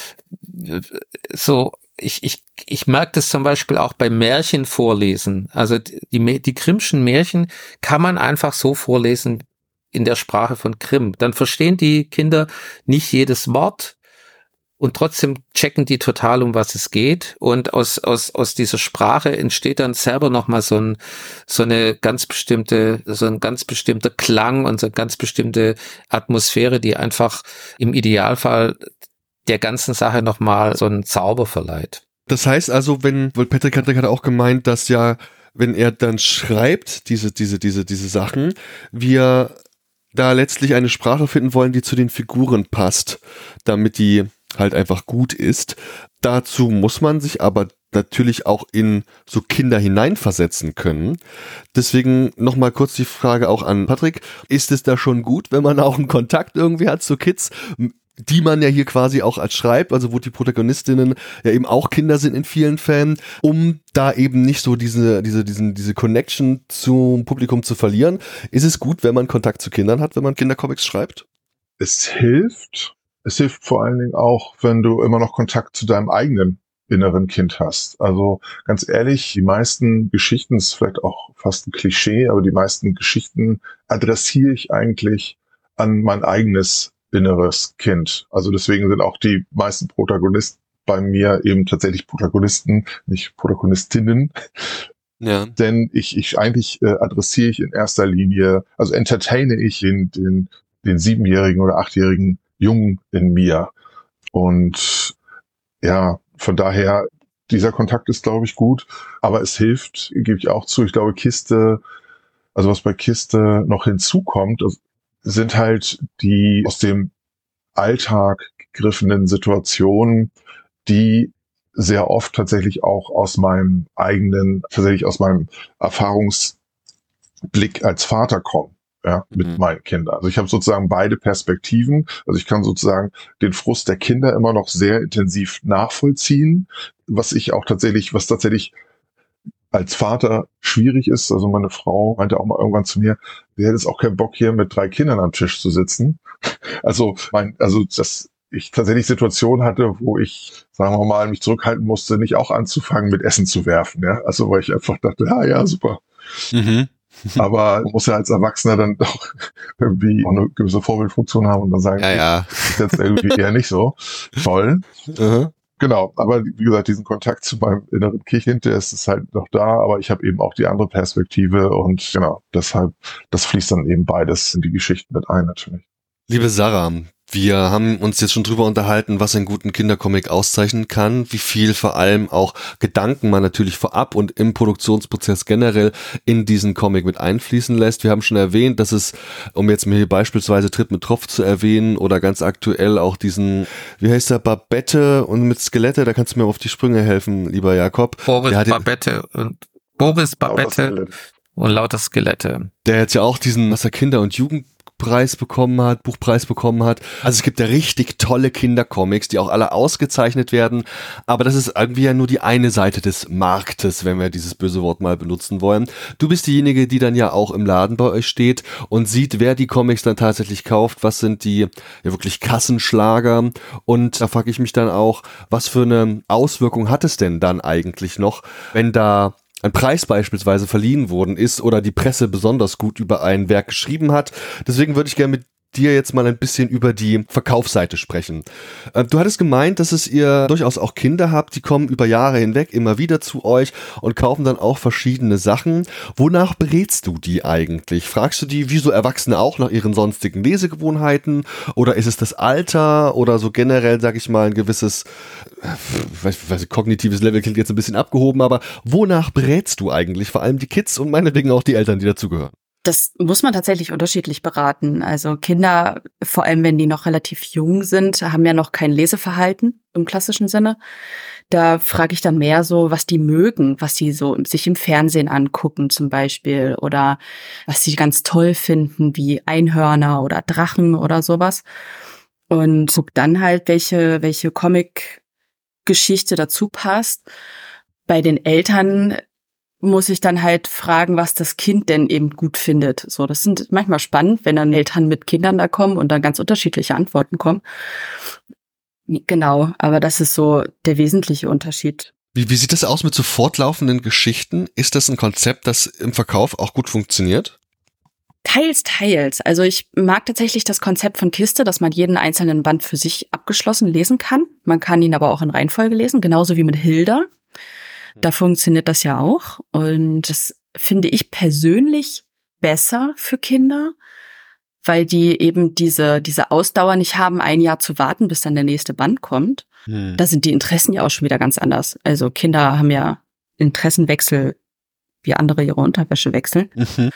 Speaker 4: so, ich merke das zum Beispiel auch bei Märchen vorlesen. Also die Grimmschen Märchen kann man einfach so vorlesen in der Sprache von Grimm. Dann verstehen die Kinder nicht jedes Wort und trotzdem checken die total, um was es geht. Und aus dieser Sprache entsteht dann selber nochmal so ein ganz bestimmter Klang und so eine ganz bestimmte Atmosphäre, die einfach im Idealfall der ganzen Sache nochmal so einen Zauber verleiht.
Speaker 1: Das heißt also, weil Patrick hat auch gemeint, dass ja, wenn er dann schreibt, diese Sachen, wir da letztlich eine Sprache finden wollen, die zu den Figuren passt, damit die halt einfach gut ist. Dazu muss man sich aber natürlich auch in so Kinder hineinversetzen können. Deswegen nochmal kurz die Frage auch an Patrick. Ist es da schon gut, wenn man auch einen Kontakt irgendwie hat zu Kids, die man ja hier quasi auch als schreibt, also wo die Protagonistinnen ja eben auch Kinder sind in vielen Fällen, um da eben nicht so diese Connection zum Publikum zu verlieren. Ist es gut, wenn man Kontakt zu Kindern hat, wenn man Kindercomics schreibt?
Speaker 3: Es hilft vor allen Dingen auch, wenn du immer noch Kontakt zu deinem eigenen inneren Kind hast. Also ganz ehrlich, die meisten Geschichten, ist vielleicht auch fast ein Klischee, aber die meisten Geschichten adressiere ich eigentlich an mein eigenes inneres Kind. Also deswegen sind auch die meisten Protagonisten bei mir eben tatsächlich Protagonisten, nicht Protagonistinnen. Ja. Denn ich eigentlich adressiere ich in erster Linie, also entertaine ich den 7-jährigen oder 8-jährigen Jungen in mir. Und ja, von daher, dieser Kontakt ist, glaube ich, gut, aber es hilft, gebe ich auch zu. Ich glaube, was bei Kiste noch hinzukommt, sind halt die aus dem Alltag gegriffenen Situationen, die sehr oft tatsächlich auch aus meinem Erfahrungsblick als Vater kommen, ja, mit meinen Kindern. Also ich habe sozusagen beide Perspektiven. Also ich kann sozusagen den Frust der Kinder immer noch sehr intensiv nachvollziehen, was tatsächlich als Vater schwierig ist. Also meine Frau meinte auch mal irgendwann zu mir, wir hätten jetzt auch keinen Bock, hier mit 3 Kindern am Tisch zu sitzen. Dass ich tatsächlich Situationen hatte, wo ich, sagen wir mal, mich zurückhalten musste, nicht auch anzufangen, mit Essen zu werfen. Ja? Also weil ich einfach dachte, ja, super. Mhm. Aber man muss ja als Erwachsener dann doch irgendwie auch eine gewisse Vorbildfunktion haben und dann sagen, das ist jetzt irgendwie eher nicht so toll. Genau, aber wie gesagt, diesen Kontakt zu meinem inneren Kind, der ist halt noch da, aber ich habe eben auch die andere Perspektive und genau, deshalb, das fließt dann eben beides in die Geschichten mit ein natürlich.
Speaker 1: Liebe Sarah, Wir haben uns jetzt schon drüber unterhalten, was einen guten Kindercomic auszeichnen kann, wie viel vor allem auch Gedanken man natürlich vorab und im Produktionsprozess generell in diesen Comic mit einfließen lässt. Wir haben schon erwähnt, dass es, um jetzt mir hier beispielsweise Tritt mit Tropf zu erwähnen oder ganz aktuell auch diesen, wie heißt der, Babette und mit Skelette, da kannst du mir auf die Sprünge helfen, lieber Jakob.
Speaker 4: Boris Babette und lauter Skelette.
Speaker 1: Der jetzt ja auch diesen, was er Kinder- und Jugendpreis bekommen hat, Buchpreis bekommen hat. Also es gibt ja richtig tolle Kindercomics, die auch alle ausgezeichnet werden. Aber das ist irgendwie ja nur die eine Seite des Marktes, wenn wir dieses böse Wort mal benutzen wollen. Du bist diejenige, die dann ja auch im Laden bei euch steht und sieht, wer die Comics dann tatsächlich kauft. Was sind die ja wirklich Kassenschlager? Und da frage ich mich dann auch, was für eine Auswirkung hat es denn dann eigentlich noch, wenn da ein Preis beispielsweise verliehen worden ist oder die Presse besonders gut über ein Werk geschrieben hat. Deswegen würde ich gerne mit dir jetzt mal ein bisschen über die Verkaufsseite sprechen. Du hattest gemeint, dass ihr durchaus auch Kinder habt, die kommen über Jahre hinweg immer wieder zu euch und kaufen dann auch verschiedene Sachen. Wonach berätst du die eigentlich? Fragst du die, wie so Erwachsene auch, nach ihren sonstigen Lesegewohnheiten? Oder ist es das Alter oder so generell, sag ich mal, ein gewisses kognitives Level klingt jetzt ein bisschen abgehoben, aber wonach berätst du eigentlich vor allem die Kids und meinetwegen auch die Eltern, die dazugehören?
Speaker 2: Das muss man tatsächlich unterschiedlich beraten. Also Kinder, vor allem wenn die noch relativ jung sind, haben ja noch kein Leseverhalten im klassischen Sinne. Da frage ich dann mehr so, was die mögen, was sie so sich im Fernsehen angucken zum Beispiel oder was sie ganz toll finden, wie Einhörner oder Drachen oder sowas. Und guck dann halt, welche Comic-Geschichte dazu passt. Bei den Eltern muss ich dann halt fragen, was das Kind denn eben gut findet. So, das sind manchmal spannend, wenn dann Eltern mit Kindern da kommen und dann ganz unterschiedliche Antworten kommen. Genau, aber das ist so der wesentliche Unterschied.
Speaker 1: Wie sieht das aus mit so fortlaufenden Geschichten? Ist das ein Konzept, das im Verkauf auch gut funktioniert?
Speaker 2: Teils. Also ich mag tatsächlich das Konzept von Kiste, dass man jeden einzelnen Band für sich abgeschlossen lesen kann. Man kann ihn aber auch in Reihenfolge lesen, genauso wie mit Hilda. Da funktioniert das ja auch. Und das finde ich persönlich besser für Kinder, weil die eben diese Ausdauer nicht haben, ein Jahr zu warten, bis dann der nächste Band kommt. Da sind die Interessen ja auch schon wieder ganz anders. Also Kinder haben ja Interessenwechsel, wie andere ihre Unterwäsche wechseln.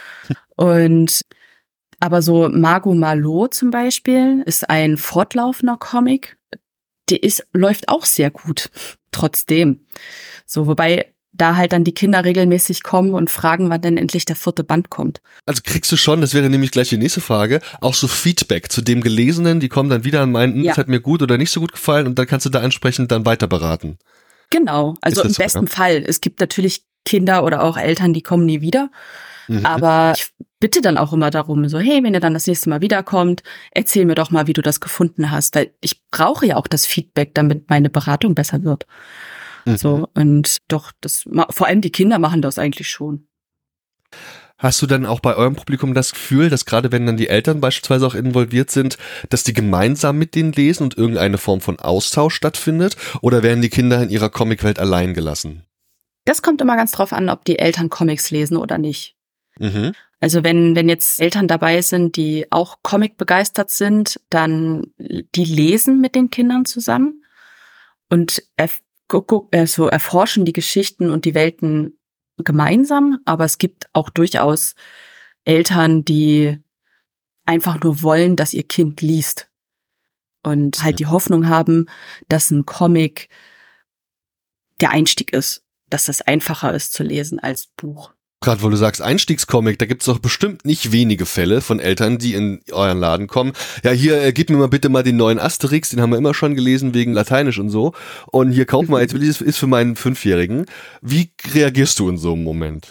Speaker 2: Und aber so Margot Marlowe zum Beispiel ist ein fortlaufender Comic. Läuft auch sehr gut, trotzdem. So, wobei da halt dann die Kinder regelmäßig kommen und fragen, wann denn endlich der 4. Band kommt.
Speaker 1: Also kriegst du schon, das wäre nämlich gleich die nächste Frage, auch so Feedback zu dem Gelesenen, die kommen dann wieder und meinen, das hat mir gut oder nicht so gut gefallen und dann kannst du da entsprechend dann weiter beraten.
Speaker 2: Genau, also im besten Fall. Es gibt natürlich Kinder oder auch Eltern, die kommen nie wieder. Aber ich bitte dann auch immer darum, so, hey, wenn ihr dann das nächste Mal wiederkommt, erzähl mir doch mal, wie du das gefunden hast. Weil ich brauche ja auch das Feedback, damit meine Beratung besser wird. So, und doch, vor allem die Kinder machen das eigentlich schon.
Speaker 1: Hast du dann auch bei eurem Publikum das Gefühl, dass gerade wenn dann die Eltern beispielsweise auch involviert sind, dass die gemeinsam mit denen lesen und irgendeine Form von Austausch stattfindet? Oder werden die Kinder in ihrer Comicwelt allein gelassen?
Speaker 2: Das kommt immer ganz drauf an, ob die Eltern Comics lesen oder nicht. Also wenn jetzt Eltern dabei sind, die auch Comic begeistert sind, dann die lesen mit den Kindern zusammen und erforschen die Geschichten und die Welten gemeinsam. Aber es gibt auch durchaus Eltern, die einfach nur wollen, dass ihr Kind liest und halt die Hoffnung haben, dass ein Comic der Einstieg ist, dass das einfacher ist zu lesen als Buch.
Speaker 1: Gerade wo du sagst Einstiegscomic, da gibt's doch bestimmt nicht wenige Fälle von Eltern, die in euren Laden kommen. Ja, hier, gib mir mal bitte mal den neuen Asterix, den haben wir immer schon gelesen wegen Lateinisch und so. Und hier kauf mal, jetzt will ich, das ist für meinen 5-Jährigen. Wie reagierst du in so einem Moment?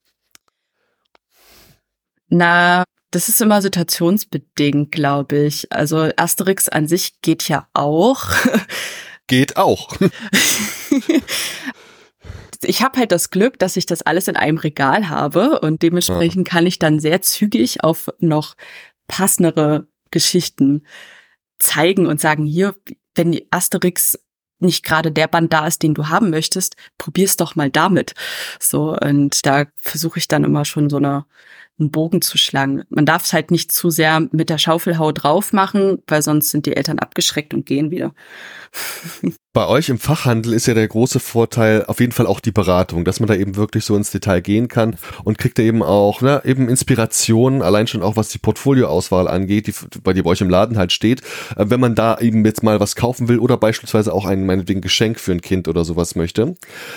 Speaker 2: Na, das ist immer situationsbedingt, glaube ich. Also Asterix an sich geht ja auch.
Speaker 1: Geht auch.
Speaker 2: Ich habe halt das Glück, dass ich das alles in einem Regal habe und dementsprechend kann ich dann sehr zügig auf noch passendere Geschichten zeigen und sagen, hier, wenn die Asterix nicht gerade der Band da ist, den du haben möchtest, probier's doch mal damit. So, und da versuche ich dann immer schon so eine einen Bogen zu schlagen. Man darf es halt nicht zu sehr mit der Schaufelhau drauf machen, weil sonst sind die Eltern abgeschreckt und gehen wieder.
Speaker 1: Bei euch im Fachhandel ist ja der große Vorteil auf jeden Fall auch die Beratung, dass man da eben wirklich so ins Detail gehen kann und kriegt da eben auch eben Inspirationen, allein schon auch was die Portfolioauswahl angeht, die bei euch im Laden halt steht, wenn man da eben jetzt mal was kaufen will oder beispielsweise auch meinetwegen Geschenk für ein Kind oder sowas möchte.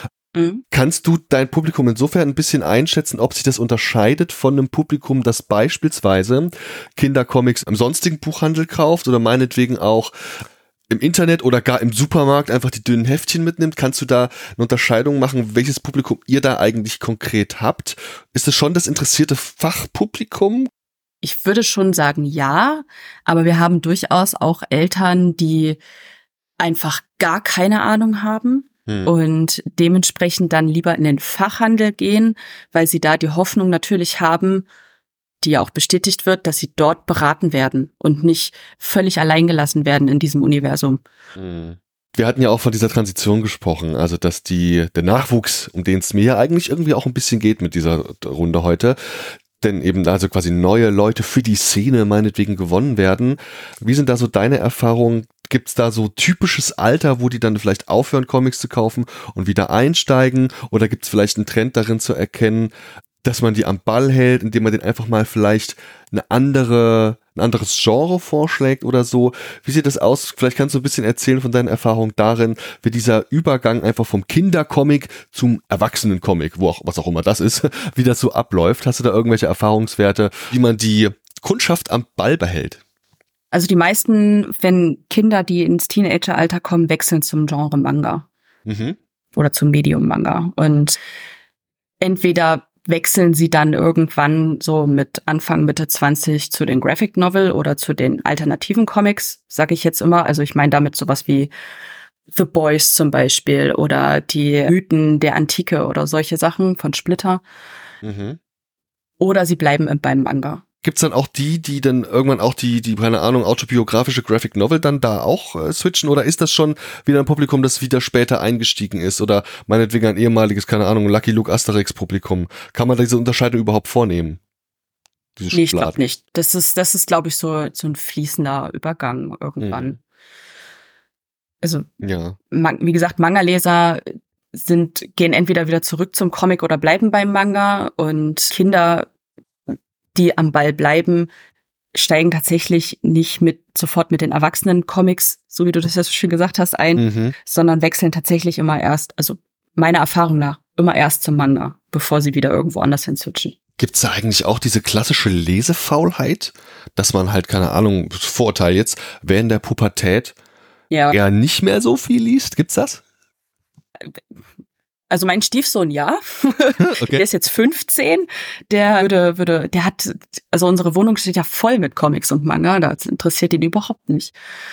Speaker 1: Kannst du dein Publikum insofern ein bisschen einschätzen, ob sich das unterscheidet von einem Publikum, das beispielsweise Kindercomics im sonstigen Buchhandel kauft oder meinetwegen auch im Internet oder gar im Supermarkt einfach die dünnen Heftchen mitnimmt? Kannst du da eine Unterscheidung machen, welches Publikum ihr da eigentlich konkret habt? Ist es schon das interessierte Fachpublikum?
Speaker 2: Ich würde schon sagen, ja, aber wir haben durchaus auch Eltern, die einfach gar keine Ahnung haben. Und dementsprechend dann lieber in den Fachhandel gehen, weil sie da die Hoffnung natürlich haben, die ja auch bestätigt wird, dass sie dort beraten werden und nicht völlig alleingelassen werden in diesem Universum.
Speaker 1: Wir hatten ja auch von dieser Transition gesprochen, also dass der Nachwuchs, um den es mir ja eigentlich irgendwie auch ein bisschen geht mit dieser Runde heute, denn eben also quasi neue Leute für die Szene meinetwegen gewonnen werden. Wie sind da so deine Erfahrungen? Gibt's da so typisches Alter, wo die dann vielleicht aufhören, Comics zu kaufen und wieder einsteigen? Oder gibt's vielleicht einen Trend darin zu erkennen, dass man die am Ball hält, indem man den einfach mal vielleicht ein anderes Genre vorschlägt oder so? Wie sieht das aus? Vielleicht kannst du ein bisschen erzählen von deinen Erfahrungen darin, wie dieser Übergang einfach vom Kindercomic zum Erwachsenencomic, was auch immer das ist, wie das so abläuft. Hast du da irgendwelche Erfahrungswerte, wie man die Kundschaft am Ball behält?
Speaker 2: Also die meisten, wenn Kinder, die ins Teenageralter kommen, wechseln zum Genre Manga. Oder zum Medium Manga. Und entweder wechseln sie dann irgendwann so mit Anfang, Mitte 20 zu den Graphic Novel oder zu den alternativen Comics, sage ich jetzt immer. Also ich meine damit sowas wie The Boys zum Beispiel oder die Mythen der Antike oder solche Sachen von Splitter. Oder sie bleiben beim Manga.
Speaker 1: Gibt's dann auch die dann irgendwann auch die keine Ahnung, autobiografische Graphic Novel dann da auch switchen? Oder ist das schon wieder ein Publikum, das wieder später eingestiegen ist? Oder meinetwegen ein ehemaliges, keine Ahnung, Lucky Luke Asterix Publikum? Kann man da diese Unterscheidung überhaupt vornehmen?
Speaker 2: Nee, ich glaube nicht. Das ist, glaube ich, so ein fließender Übergang irgendwann. Also, ja. Wie gesagt, Manga-Leser gehen entweder wieder zurück zum Comic oder bleiben beim Manga, und Kinder, die am Ball bleiben, steigen tatsächlich nicht sofort mit den erwachsenen Comics, so wie du das ja so schön gesagt hast, ein, sondern wechseln tatsächlich immer erst, also meiner Erfahrung nach, immer erst zum Manga, bevor sie wieder irgendwo anders hin switchen.
Speaker 1: Gibt's da eigentlich auch diese klassische Lesefaulheit, dass man halt, keine Ahnung, Vorurteil jetzt, während der Pubertät eher nicht mehr so viel liest? Gibt's das?
Speaker 2: Also mein Stiefsohn, ja. Okay. Der ist jetzt 15. Der hat, also unsere Wohnung steht ja voll mit Comics und Manga. Das interessiert ihn überhaupt nicht.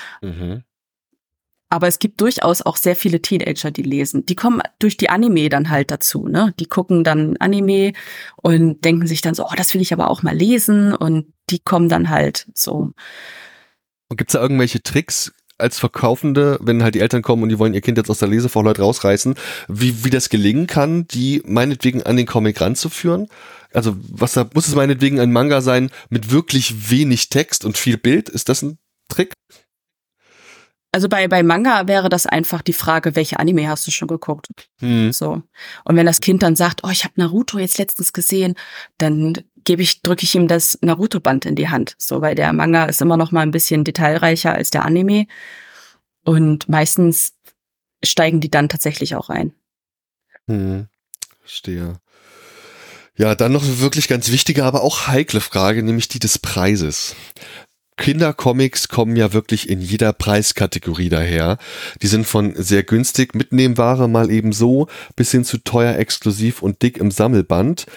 Speaker 2: Aber es gibt durchaus auch sehr viele Teenager, die lesen. Die kommen durch die Anime dann halt dazu, ne? Die gucken dann Anime und denken sich dann so, oh, das will ich aber auch mal lesen. Und die kommen dann halt so.
Speaker 1: Und gibt's da irgendwelche Tricks als Verkaufende, wenn halt die Eltern kommen und die wollen ihr Kind jetzt aus der Lesefaulheit rausreißen, wie das gelingen kann, die meinetwegen an den Comic ranzuführen? Also muss es meinetwegen ein Manga sein mit wirklich wenig Text und viel Bild? Ist das ein Trick?
Speaker 2: Also bei Manga wäre das einfach die Frage, welche Anime hast du schon geguckt? So. Und wenn das Kind dann sagt, oh, ich habe Naruto jetzt letztens gesehen, dann drücke ich ihm das Naruto-Band in die Hand. So, weil der Manga ist immer noch mal ein bisschen detailreicher als der Anime. Und meistens steigen die dann tatsächlich auch ein.
Speaker 1: Verstehe. Ja, dann noch eine wirklich ganz wichtige, aber auch heikle Frage, nämlich die des Preises. Kindercomics kommen ja wirklich in jeder Preiskategorie daher. Die sind von sehr günstig Mitnehmware mal eben so bis hin zu teuer, exklusiv und dick im Sammelband.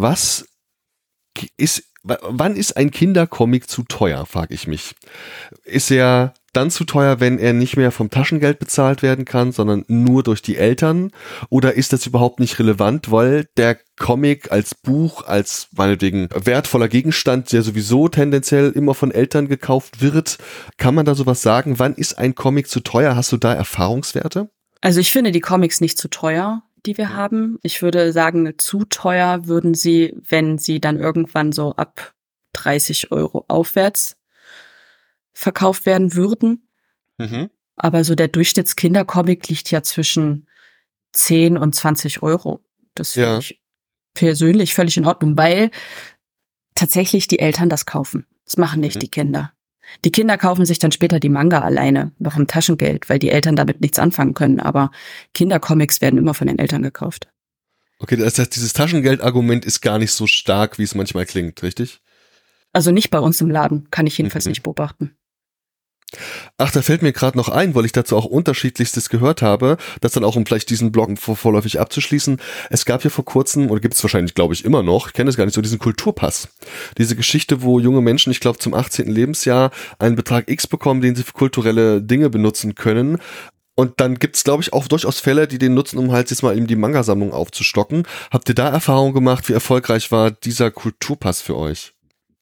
Speaker 1: Wann ist ein Kindercomic zu teuer, frage ich mich. Ist er dann zu teuer, wenn er nicht mehr vom Taschengeld bezahlt werden kann, sondern nur durch die Eltern? Oder ist das überhaupt nicht relevant, weil der Comic als Buch, als meinetwegen wertvoller Gegenstand, der sowieso tendenziell immer von Eltern gekauft wird? Kann man da sowas sagen? Wann ist ein Comic zu teuer? Hast du da Erfahrungswerte?
Speaker 2: Also ich finde die Comics nicht zu teuer. die wir haben. Ich würde sagen, zu teuer würden sie, wenn sie dann irgendwann so ab 30 € aufwärts verkauft werden würden.
Speaker 1: Mhm.
Speaker 2: Aber so der Durchschnittskindercomic liegt ja zwischen 10 und 20 €. Das finde ich persönlich völlig in Ordnung, weil tatsächlich die Eltern das kaufen. Das machen nicht die Kinder. Die Kinder kaufen sich dann später die Manga alleine, noch im Taschengeld, weil die Eltern damit nichts anfangen können. Aber Kindercomics werden immer von den Eltern gekauft.
Speaker 1: Okay, das heißt, dieses Taschengeld-Argument ist gar nicht so stark, wie es manchmal klingt, richtig?
Speaker 2: Also nicht bei uns im Laden, kann ich jedenfalls nicht beobachten.
Speaker 1: Ach, da fällt mir gerade noch ein, weil ich dazu auch Unterschiedlichstes gehört habe, das dann auch, um vielleicht diesen Blog vorläufig abzuschließen, es gab ja vor kurzem, oder gibt es wahrscheinlich, glaube ich, immer noch, ich kenne es gar nicht so, diesen Kulturpass. Diese Geschichte, wo junge Menschen, ich glaube, zum 18. Lebensjahr einen Betrag X bekommen, den sie für kulturelle Dinge benutzen können. Und dann gibt's, glaube ich, auch durchaus Fälle, die den nutzen, um halt jetzt mal eben die Manga-Sammlung aufzustocken. Habt ihr da Erfahrung gemacht? Wie erfolgreich war dieser Kulturpass für euch?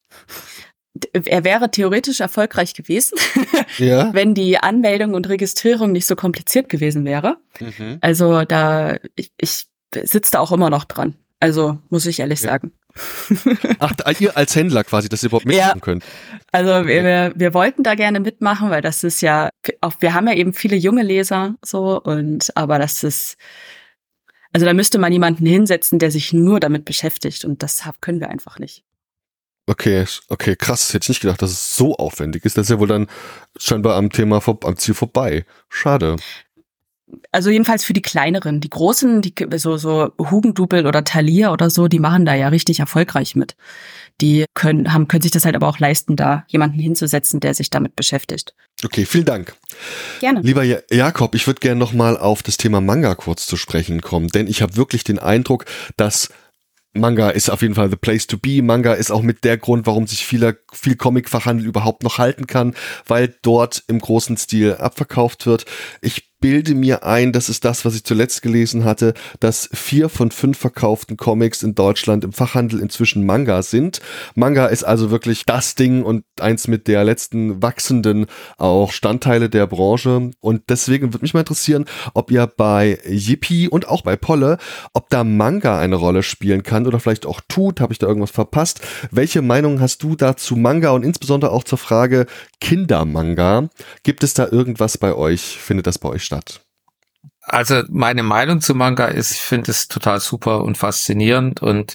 Speaker 2: Er wäre theoretisch erfolgreich gewesen,
Speaker 1: Ja.
Speaker 2: wenn die Anmeldung und Registrierung nicht so kompliziert gewesen wäre.
Speaker 1: Mhm.
Speaker 2: Also ich sitze da auch immer noch dran. Also muss ich ehrlich sagen.
Speaker 1: Ach, ihr als Händler quasi, dass ihr überhaupt mitmachen könnt.
Speaker 2: Also wir wollten da gerne mitmachen, weil das ist ja, auch wir haben ja eben viele junge Leser so aber das ist, also da müsste man jemanden hinsetzen, der sich nur damit beschäftigt und das können wir einfach nicht.
Speaker 1: Okay, krass, hätte ich nicht gedacht, dass es so aufwendig ist. Das ist ja wohl dann scheinbar am Ziel vorbei. Schade.
Speaker 2: Also jedenfalls für die kleineren. Die großen, die so Hugendubel oder Thalia oder so, die machen da ja richtig erfolgreich mit. Die können sich das halt aber auch leisten, da jemanden hinzusetzen, der sich damit beschäftigt.
Speaker 1: Okay, vielen Dank.
Speaker 2: Gerne.
Speaker 1: Lieber Jakob, ich würde gerne nochmal auf das Thema Manga kurz zu sprechen kommen, denn ich habe wirklich den Eindruck, dass Manga ist auf jeden Fall the place to be. Manga ist auch mit der Grund, warum sich viel Comic-Fachhandel überhaupt noch halten kann, weil dort im großen Stil abverkauft wird. Ich bilde mir ein, das ist das, was ich zuletzt gelesen hatte, dass 4 von 5 verkauften Comics in Deutschland im Fachhandel inzwischen Manga sind. Manga ist also wirklich das Ding und eins mit der letzten wachsenden auch Standteile der Branche. Und deswegen würde mich mal interessieren, ob ihr bei Yippie und auch bei Polle, ob da Manga eine Rolle spielen kann oder vielleicht auch tut. Habe ich da irgendwas verpasst? Welche Meinung hast du da zu Manga und insbesondere auch zur Frage Kindermanga? Gibt es da irgendwas bei euch? Findet das bei euch statt?
Speaker 4: Also meine Meinung zu Manga ist, ich finde es total super und faszinierend und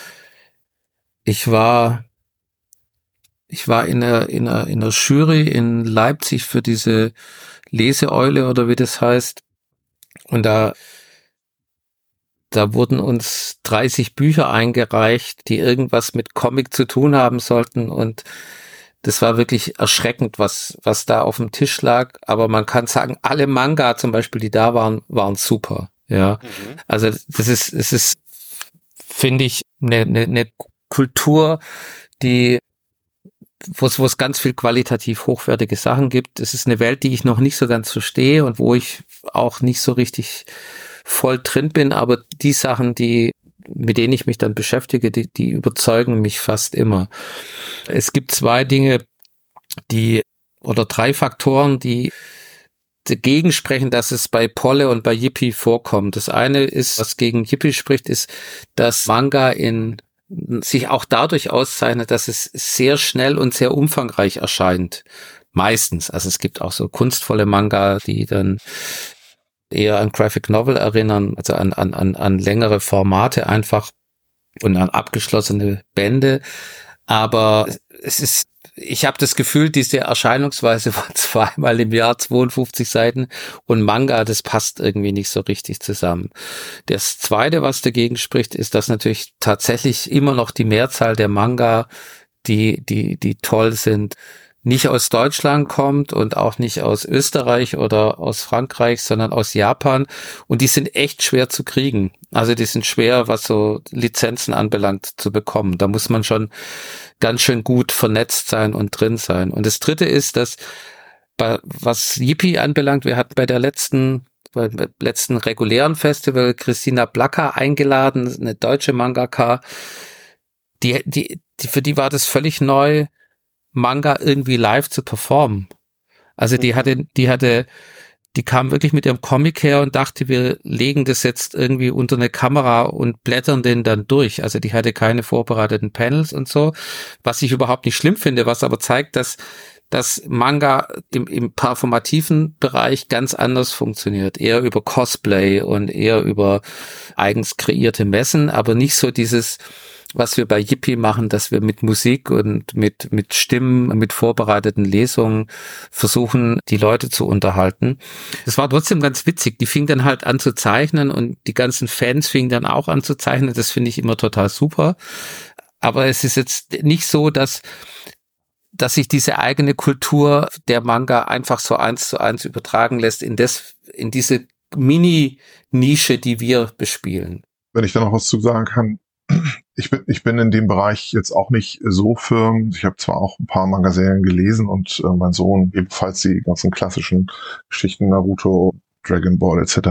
Speaker 4: ich war in einer Jury in Leipzig für diese Leseeule oder wie das heißt und da wurden uns 30 Bücher eingereicht, die irgendwas mit Comic zu tun haben sollten und das war wirklich erschreckend, was da auf dem Tisch lag. Aber man kann sagen, alle Manga zum Beispiel, die da waren super. Ja, also es ist, finde ich, eine Kultur, wo es ganz viel qualitativ hochwertige Sachen gibt. Es ist eine Welt, die ich noch nicht so ganz verstehe und wo ich auch nicht so richtig voll drin bin. Aber die Sachen, mit denen ich mich dann beschäftige, die überzeugen mich fast immer. Es gibt 2 Dinge, oder 3 Faktoren, die dagegen sprechen, dass es bei Polle und bei Yippie vorkommt. Das eine ist, was gegen Yippie spricht, ist, dass Manga sich auch dadurch auszeichnet, dass es sehr schnell und sehr umfangreich erscheint. Meistens. Also es gibt auch so kunstvolle Manga, die dann eher an Graphic Novel erinnern, also an längere Formate einfach und an abgeschlossene Bände. Aber ich habe das Gefühl, diese Erscheinungsweise von 2-mal im Jahr 52 Seiten und Manga, das passt irgendwie nicht so richtig zusammen. Das Zweite, was dagegen spricht, ist, dass natürlich tatsächlich immer noch die Mehrzahl der Manga, die toll sind, nicht aus Deutschland kommt und auch nicht aus Österreich oder aus Frankreich, sondern aus Japan. Und die sind echt schwer zu kriegen. Also die sind schwer, was so Lizenzen anbelangt, zu bekommen. Da muss man schon ganz schön gut vernetzt sein und drin sein. Und das Dritte ist, dass was Yippie anbelangt, wir hatten beim letzten regulären Festival Christina Blacker eingeladen, eine deutsche Mangaka. Für die war das völlig neu, Manga irgendwie live zu performen. Also die hatte die kam wirklich mit ihrem Comic her und dachte, wir legen das jetzt irgendwie unter eine Kamera und blättern den dann durch. Also die hatte keine vorbereiteten Panels und so, was ich überhaupt nicht schlimm finde, was aber zeigt, dass Manga im performativen Bereich ganz anders funktioniert. Eher über Cosplay und eher über eigens kreierte Messen, aber nicht so dieses, was wir bei Yippie machen, dass wir mit Musik und mit Stimmen, mit vorbereiteten Lesungen versuchen, die Leute zu unterhalten. Das war trotzdem ganz witzig. Die fing dann halt an zu zeichnen und die ganzen Fans fingen dann auch an zu zeichnen. Das finde ich immer total super. Aber es ist jetzt nicht so, dass sich diese eigene Kultur der Manga einfach so 1:1 übertragen lässt in diese Mini-Nische, die wir bespielen.
Speaker 3: Wenn ich da noch was zu sagen kann, ich bin in dem Bereich jetzt auch nicht so firm. Ich habe zwar auch ein paar Manga-Serien gelesen und mein Sohn ebenfalls die ganzen klassischen Geschichten, Naruto, Dragon Ball etc.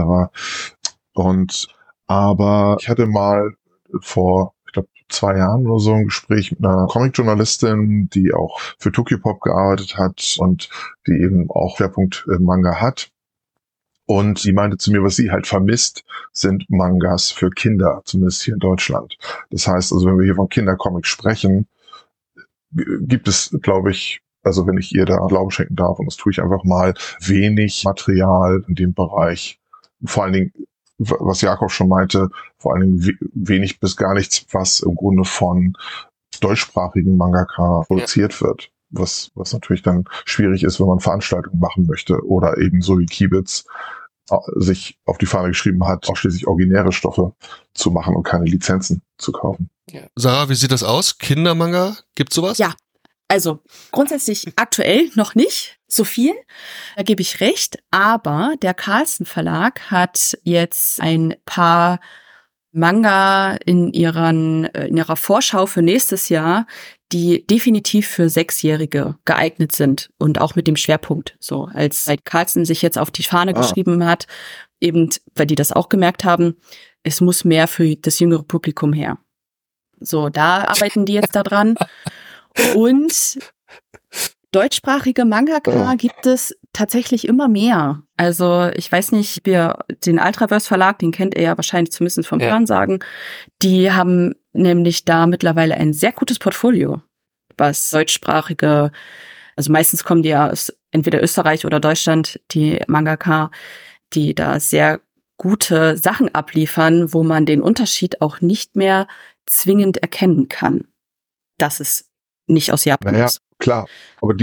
Speaker 3: Aber ich hatte mal vor, ich glaube, 2 Jahren oder so ein Gespräch mit einer Comic-Journalistin, die auch für Tokyopop gearbeitet hat und die eben auch Schwerpunkt Manga hat. Und sie meinte zu mir, was sie halt vermisst, sind Mangas für Kinder, zumindest hier in Deutschland. Das heißt, also wenn wir hier von Kindercomics sprechen, gibt es, glaube ich, also wenn ich ihr da Glauben schenken darf, und das tue ich einfach mal, wenig Material in dem Bereich. Vor allen Dingen, was Jakob schon meinte, vor allen Dingen wenig bis gar nichts, was im Grunde von deutschsprachigen Mangaka produziert wird. Was natürlich dann schwierig ist, wenn man Veranstaltungen machen möchte oder eben so wie Kibitz sich auf die Fahne geschrieben hat, ausschließlich originäre Stoffe zu machen und keine Lizenzen zu kaufen.
Speaker 1: Ja. Sarah, wie sieht das aus? Kindermanga? Gibt's sowas?
Speaker 2: Ja, also grundsätzlich aktuell noch nicht so viel, da gebe ich recht, aber der Carlsen Verlag hat jetzt ein paar Manga in ihrer Vorschau für nächstes Jahr, die definitiv für 6-Jährige geeignet sind und auch mit dem Schwerpunkt. So, als Carlsen sich jetzt auf die Fahne geschrieben hat, eben, weil die das auch gemerkt haben, es muss mehr für das jüngere Publikum her. So, da arbeiten die jetzt daran. Und deutschsprachige Mangaka gibt es tatsächlich immer mehr. Also ich weiß nicht, den Ultraverse Verlag, den kennt ihr ja wahrscheinlich zumindest vom Hörensagen, die haben nämlich da mittlerweile ein sehr gutes Portfolio, was deutschsprachige, also meistens kommen die ja aus entweder Österreich oder Deutschland, die Mangaka, die da sehr gute Sachen abliefern, wo man den Unterschied auch nicht mehr zwingend erkennen kann, dass es nicht aus Japan ist.
Speaker 3: Klar, aber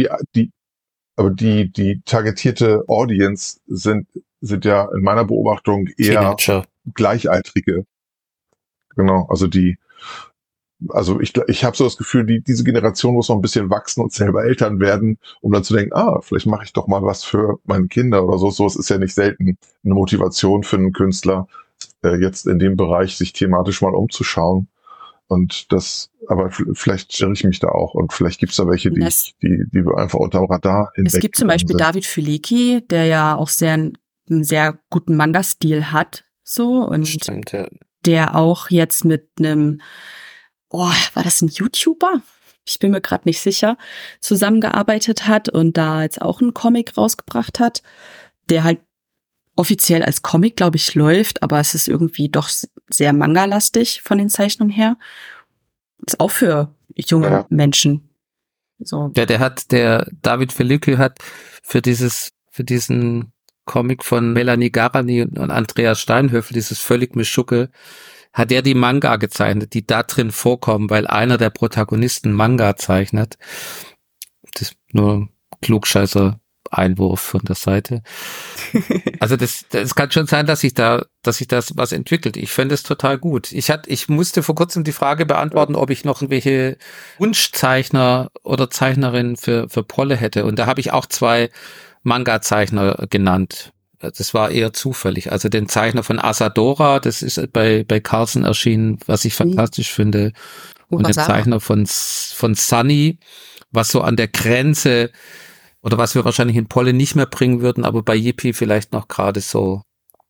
Speaker 3: die targetierte Audience sind ja in meiner Beobachtung eher
Speaker 4: Teenager.
Speaker 3: Gleichaltrige. Genau, also ich habe so das Gefühl, diese Generation muss noch ein bisschen wachsen und selber Eltern werden, um dann zu denken, vielleicht mache ich doch mal was für meine Kinder oder so. So, es ist ja nicht selten eine Motivation für einen Künstler, jetzt in dem Bereich sich thematisch mal umzuschauen. Und aber vielleicht irre ich mich da auch und vielleicht gibt's da welche, die einfach unterm Radar hinweg.
Speaker 2: Es gibt zum Beispiel David Filicki, der ja auch einen sehr guten Manga-Stil hat, so, und
Speaker 4: stimmt, ja.
Speaker 2: Der auch jetzt mit einem, war das ein YouTuber? Ich bin mir gerade nicht sicher, zusammengearbeitet hat und da jetzt auch einen Comic rausgebracht hat, der halt offiziell als Comic, glaube ich, läuft, aber es ist irgendwie doch sehr Manga-lastig von den Zeichnungen her. Ist auch für junge Menschen. So.
Speaker 4: Ja, der David Filicki hat für diesen Comic von Melanie Garani und Andreas Steinhöfel, dieses völlig Mischucke, hat er die Manga gezeichnet, die da drin vorkommen, weil einer der Protagonisten Manga zeichnet. Das ist nur ein Klugscheißer Einwurf von der Seite. Also das kann schon sein, dass sich das was entwickelt. Ich fände es total gut. Ich musste vor kurzem die Frage beantworten, ob ich noch irgendwelche Wunschzeichner oder Zeichnerinnen für Prolle hätte. Und da habe ich auch 2 Manga-Zeichner genannt. Das war eher zufällig. Also den Zeichner von Asadora, das ist bei Carlsen erschienen, was ich fantastisch finde. Und den Zeichner von Sunny, was so an der Grenze oder was wir wahrscheinlich in Polle nicht mehr bringen würden, aber bei Yippie vielleicht noch gerade so.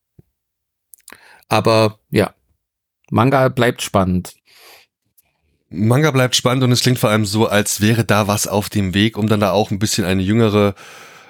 Speaker 4: Aber ja, Manga bleibt spannend.
Speaker 1: Manga bleibt spannend und es klingt vor allem so, als wäre da was auf dem Weg, um dann da auch ein bisschen eine jüngere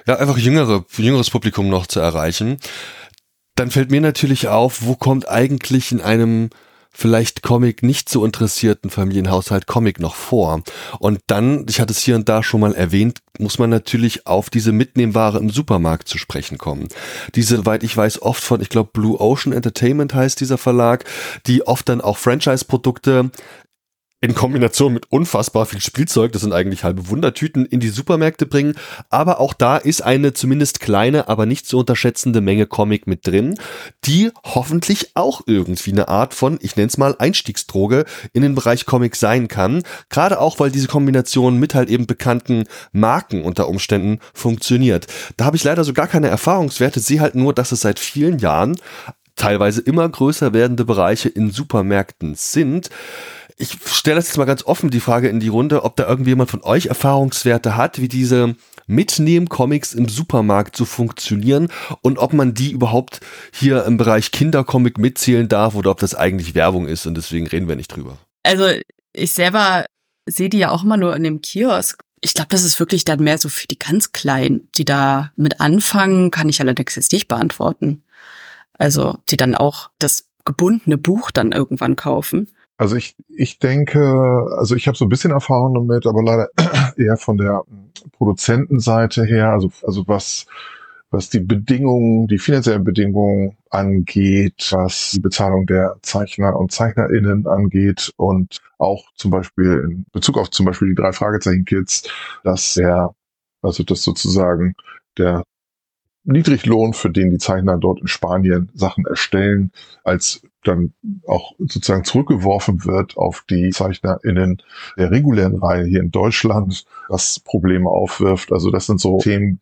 Speaker 1: Ja, einfach jüngeres Publikum noch zu erreichen. Dann fällt mir natürlich auf, wo kommt eigentlich in einem vielleicht Comic nicht so interessierten Familienhaushalt Comic noch vor. Und dann, ich hatte es hier und da schon mal erwähnt, muss man natürlich auf diese Mitnehmware im Supermarkt zu sprechen kommen. Diese, soweit ich weiß, oft von, ich glaube, Blue Ocean Entertainment heißt dieser Verlag, die oft dann auch Franchise-Produkte in Kombination mit unfassbar viel Spielzeug, das sind eigentlich halbe Wundertüten, in die Supermärkte bringen. Aber auch da ist eine zumindest kleine, aber nicht zu unterschätzende Menge Comic mit drin, die hoffentlich auch irgendwie eine Art von, ich nenne es mal, Einstiegsdroge in den Bereich Comic sein kann. Gerade auch, weil diese Kombination mit halt eben bekannten Marken unter Umständen funktioniert. Da habe ich leider so gar keine Erfahrungswerte, sehe halt nur, dass es seit vielen Jahren teilweise immer größer werdende Bereiche in Supermärkten sind. Ich stelle das jetzt mal ganz offen die Frage in die Runde, ob da irgendjemand von euch Erfahrungswerte hat, wie diese Mitnehmen-Comics im Supermarkt so funktionieren und ob man die überhaupt hier im Bereich Kindercomic mitzählen darf oder ob das eigentlich Werbung ist und deswegen reden wir nicht drüber.
Speaker 2: Also ich selber sehe die ja auch immer nur in dem Kiosk. Ich glaube, das ist wirklich dann mehr so für die ganz Kleinen, die da mit anfangen, kann ich allerdings jetzt nicht beantworten. Also die dann auch das gebundene Buch dann irgendwann kaufen.
Speaker 3: Also ich denke, also ich habe so ein bisschen Erfahrung damit, aber leider eher von der Produzentenseite her, also was die Bedingungen, die finanziellen Bedingungen angeht, was die Bezahlung der Zeichner und ZeichnerInnen angeht und auch zum Beispiel in Bezug auf zum Beispiel die 3 Fragezeichen-Kids, dass das sozusagen der Niedriglohn, für den die Zeichner dort in Spanien Sachen erstellen, als dann auch sozusagen zurückgeworfen wird auf die ZeichnerInnen der regulären Reihe hier in Deutschland, was Probleme aufwirft. Also das sind so Themen,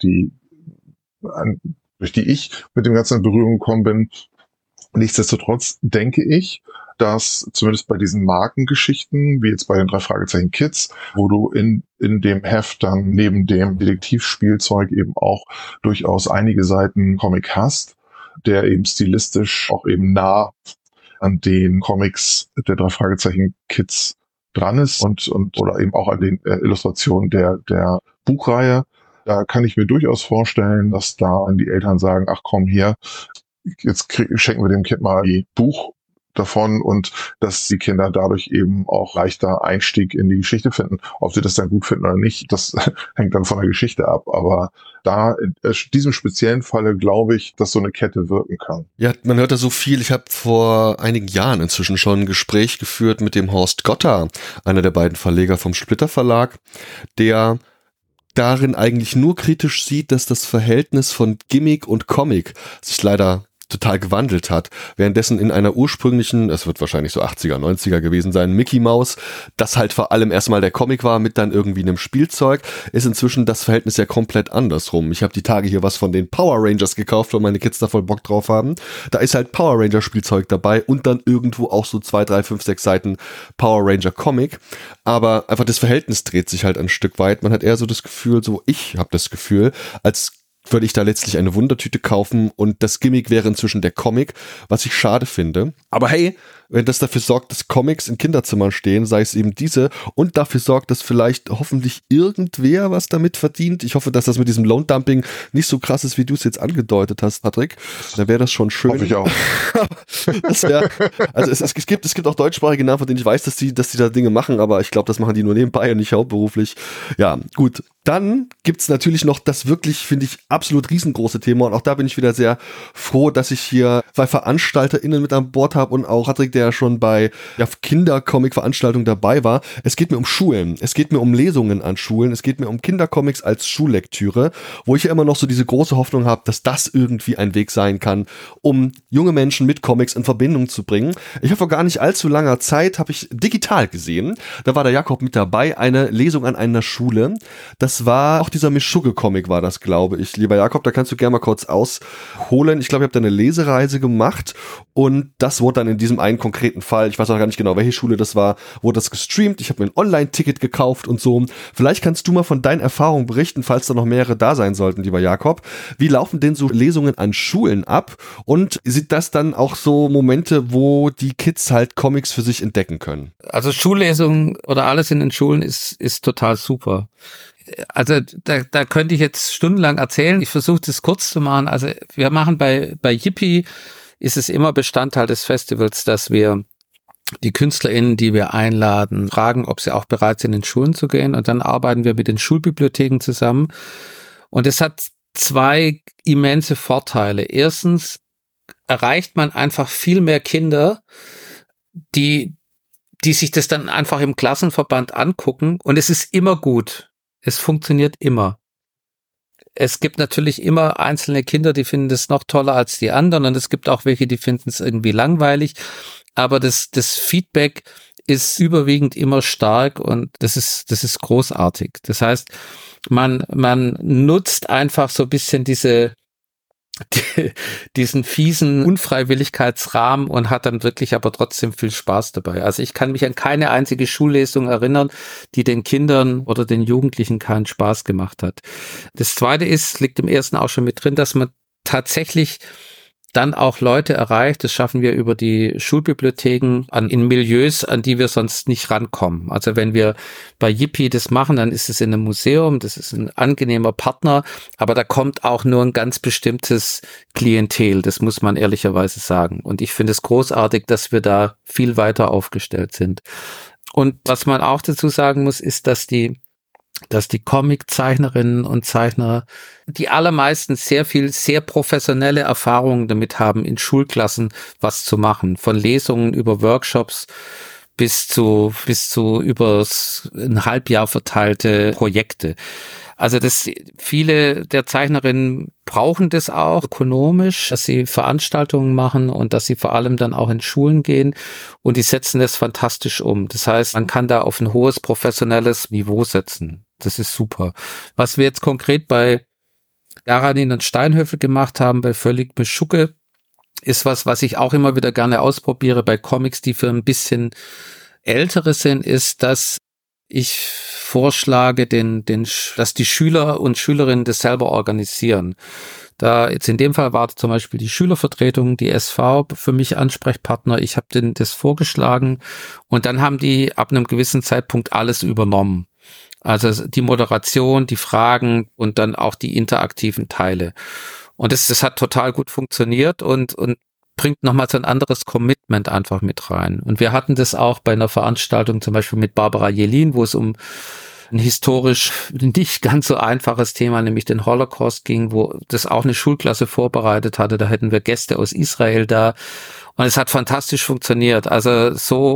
Speaker 3: durch die ich mit dem Ganzen in Berührung gekommen bin. Nichtsdestotrotz denke ich, dass zumindest bei diesen Markengeschichten, wie jetzt bei den 3 Fragezeichen Kids, wo du in dem Heft dann neben dem Detektivspielzeug eben auch durchaus einige Seiten Comic hast, der eben stilistisch auch eben nah an den Comics der 3 Fragezeichen Kids dran ist und oder eben auch an den Illustrationen der Buchreihe. Da kann ich mir durchaus vorstellen, dass da an die Eltern sagen, ach komm hier, jetzt schenken wir dem Kind mal die Buch davon und dass die Kinder dadurch eben auch leichter Einstieg in die Geschichte finden. Ob sie das dann gut finden oder nicht, das hängt dann von der Geschichte ab. Aber da in diesem speziellen Falle glaube ich, dass so eine Kette wirken kann.
Speaker 1: Ja, man hört da so viel. Ich habe vor einigen Jahren inzwischen schon ein Gespräch geführt mit dem Horst Gotter, einer der beiden Verleger vom Splitter Verlag, der darin eigentlich nur kritisch sieht, dass das Verhältnis von Gimmick und Comic sich leider total gewandelt hat. Währenddessen in einer ursprünglichen, es wird wahrscheinlich so 80er, 90er gewesen sein, Mickey Mouse, das halt vor allem erstmal der Comic war mit dann irgendwie einem Spielzeug, ist inzwischen das Verhältnis ja komplett andersrum. Ich habe die Tage hier was von den Power Rangers gekauft, weil meine Kids da voll Bock drauf haben. Da ist halt Power Ranger Spielzeug dabei und dann irgendwo auch so 2, 3, 5, 6 Seiten Power Ranger Comic. Aber einfach das Verhältnis dreht sich halt ein Stück weit. Man hat eher so das Gefühl, ich habe das Gefühl, als würde ich da letztlich eine Wundertüte kaufen und das Gimmick wäre inzwischen der Comic, was ich schade finde. Aber hey, wenn das dafür sorgt, dass Comics in Kinderzimmern stehen, sei es eben diese, und dafür sorgt, dass vielleicht hoffentlich irgendwer was damit verdient. Ich hoffe, dass das mit diesem Lohndumping nicht so krass ist, wie du es jetzt angedeutet hast, Patrick. Da wäre das schon schön.
Speaker 3: Hoffe ich auch.
Speaker 1: Das wäre, also es gibt auch deutschsprachige Namen, von denen ich weiß, dass die da Dinge machen, aber ich glaube, das machen die nur nebenbei und nicht hauptberuflich. Ja, gut. Dann gibt's natürlich noch das wirklich, finde ich, absolut riesengroße Thema und auch da bin ich wieder sehr froh, dass ich hier 2 VeranstalterInnen mit an Bord habe und auch Patrick, der schon bei Kindercomic-Veranstaltungen dabei war. Es geht mir um Schulen, es geht mir um Lesungen an Schulen, es geht mir um Kindercomics als Schullektüre, wo ich ja immer noch so diese große Hoffnung habe, dass das irgendwie ein Weg sein kann, um junge Menschen mit Comics in Verbindung zu bringen. Ich habe vor gar nicht allzu langer Zeit, habe ich digital gesehen, da war der Jakob mit dabei, eine Lesung an einer Schule. Das war auch dieser Mischugge-Comic war das, glaube ich. Lieber Jakob, da kannst du gerne mal kurz ausholen. Ich glaube, ihr habt da eine Lesereise gemacht und das wurde dann in diesem einen konkreten Fall, ich weiß auch gar nicht genau, welche Schule das war, wurde das gestreamt. Ich habe mir ein Online-Ticket gekauft und so. Vielleicht kannst du mal von deinen Erfahrungen berichten, falls da noch mehrere da sein sollten, lieber Jakob. Wie laufen denn so Lesungen an Schulen ab und sind das dann auch so Momente, wo die Kids halt Comics für sich entdecken können?
Speaker 4: Also Schullesungen oder alles in den Schulen ist total super. Also da könnte ich jetzt stundenlang erzählen. Ich versuche das kurz zu machen. Also wir machen bei Yippie ist es immer Bestandteil des Festivals, dass wir die KünstlerInnen, die wir einladen, fragen, ob sie auch bereit sind, in Schulen zu gehen. Und dann arbeiten wir mit den Schulbibliotheken zusammen. Und es hat 2 immense Vorteile. Erstens erreicht man einfach viel mehr Kinder, die sich das dann einfach im Klassenverband angucken. Und es ist immer gut. Es funktioniert immer. Es gibt natürlich immer einzelne Kinder, die finden das noch toller als die anderen. Und es gibt auch welche, die finden es irgendwie langweilig. Aber das Feedback ist überwiegend immer stark und das ist großartig. Das heißt, man nutzt einfach so ein bisschen diesen fiesen Unfreiwilligkeitsrahmen und hat dann wirklich aber trotzdem viel Spaß dabei. Also ich kann mich an keine einzige Schullesung erinnern, die den Kindern oder den Jugendlichen keinen Spaß gemacht hat. Das Zweite ist, liegt im ersten auch schon mit drin, dass man tatsächlich dann auch Leute erreicht, das schaffen wir über die Schulbibliotheken in Milieus, an die wir sonst nicht rankommen. Also wenn wir bei Yippie das machen, dann ist es in einem Museum, das ist ein angenehmer Partner, aber da kommt auch nur ein ganz bestimmtes Klientel, das muss man ehrlicherweise sagen. Und ich finde es großartig, dass wir da viel weiter aufgestellt sind. Und was man auch dazu sagen muss, ist, dass die Comic-Zeichnerinnen und Zeichner, die allermeisten sehr professionelle Erfahrungen damit haben, in Schulklassen was zu machen. Von Lesungen über Workshops bis zu übers ein Halbjahr verteilte Projekte. Also viele der Zeichnerinnen brauchen das auch ökonomisch, dass sie Veranstaltungen machen und dass sie vor allem dann auch in Schulen gehen und die setzen das fantastisch um. Das heißt, man kann da auf ein hohes professionelles Niveau setzen. Das ist super. Was wir jetzt konkret bei Garanin und Steinhöfel gemacht haben, bei Völlig Beschucke, ist was ich auch immer wieder gerne ausprobiere bei Comics, die für ein bisschen ältere sind, ist, dass ich vorschlage, dass die Schüler und Schülerinnen das selber organisieren. Da jetzt in dem Fall war zum Beispiel die Schülervertretung, die SV für mich Ansprechpartner. Ich habe denen das vorgeschlagen und dann haben die ab einem gewissen Zeitpunkt alles übernommen. Also die Moderation, die Fragen und dann auch die interaktiven Teile. Und das hat total gut funktioniert und bringt nochmal so ein anderes Commitment einfach mit rein. Und wir hatten das auch bei einer Veranstaltung zum Beispiel mit Barbara Jelin, wo es um ein historisch nicht ganz so einfaches Thema, nämlich den Holocaust ging, wo das auch eine Schulklasse vorbereitet hatte. Da hätten wir Gäste aus Israel da. Und es hat fantastisch funktioniert. Also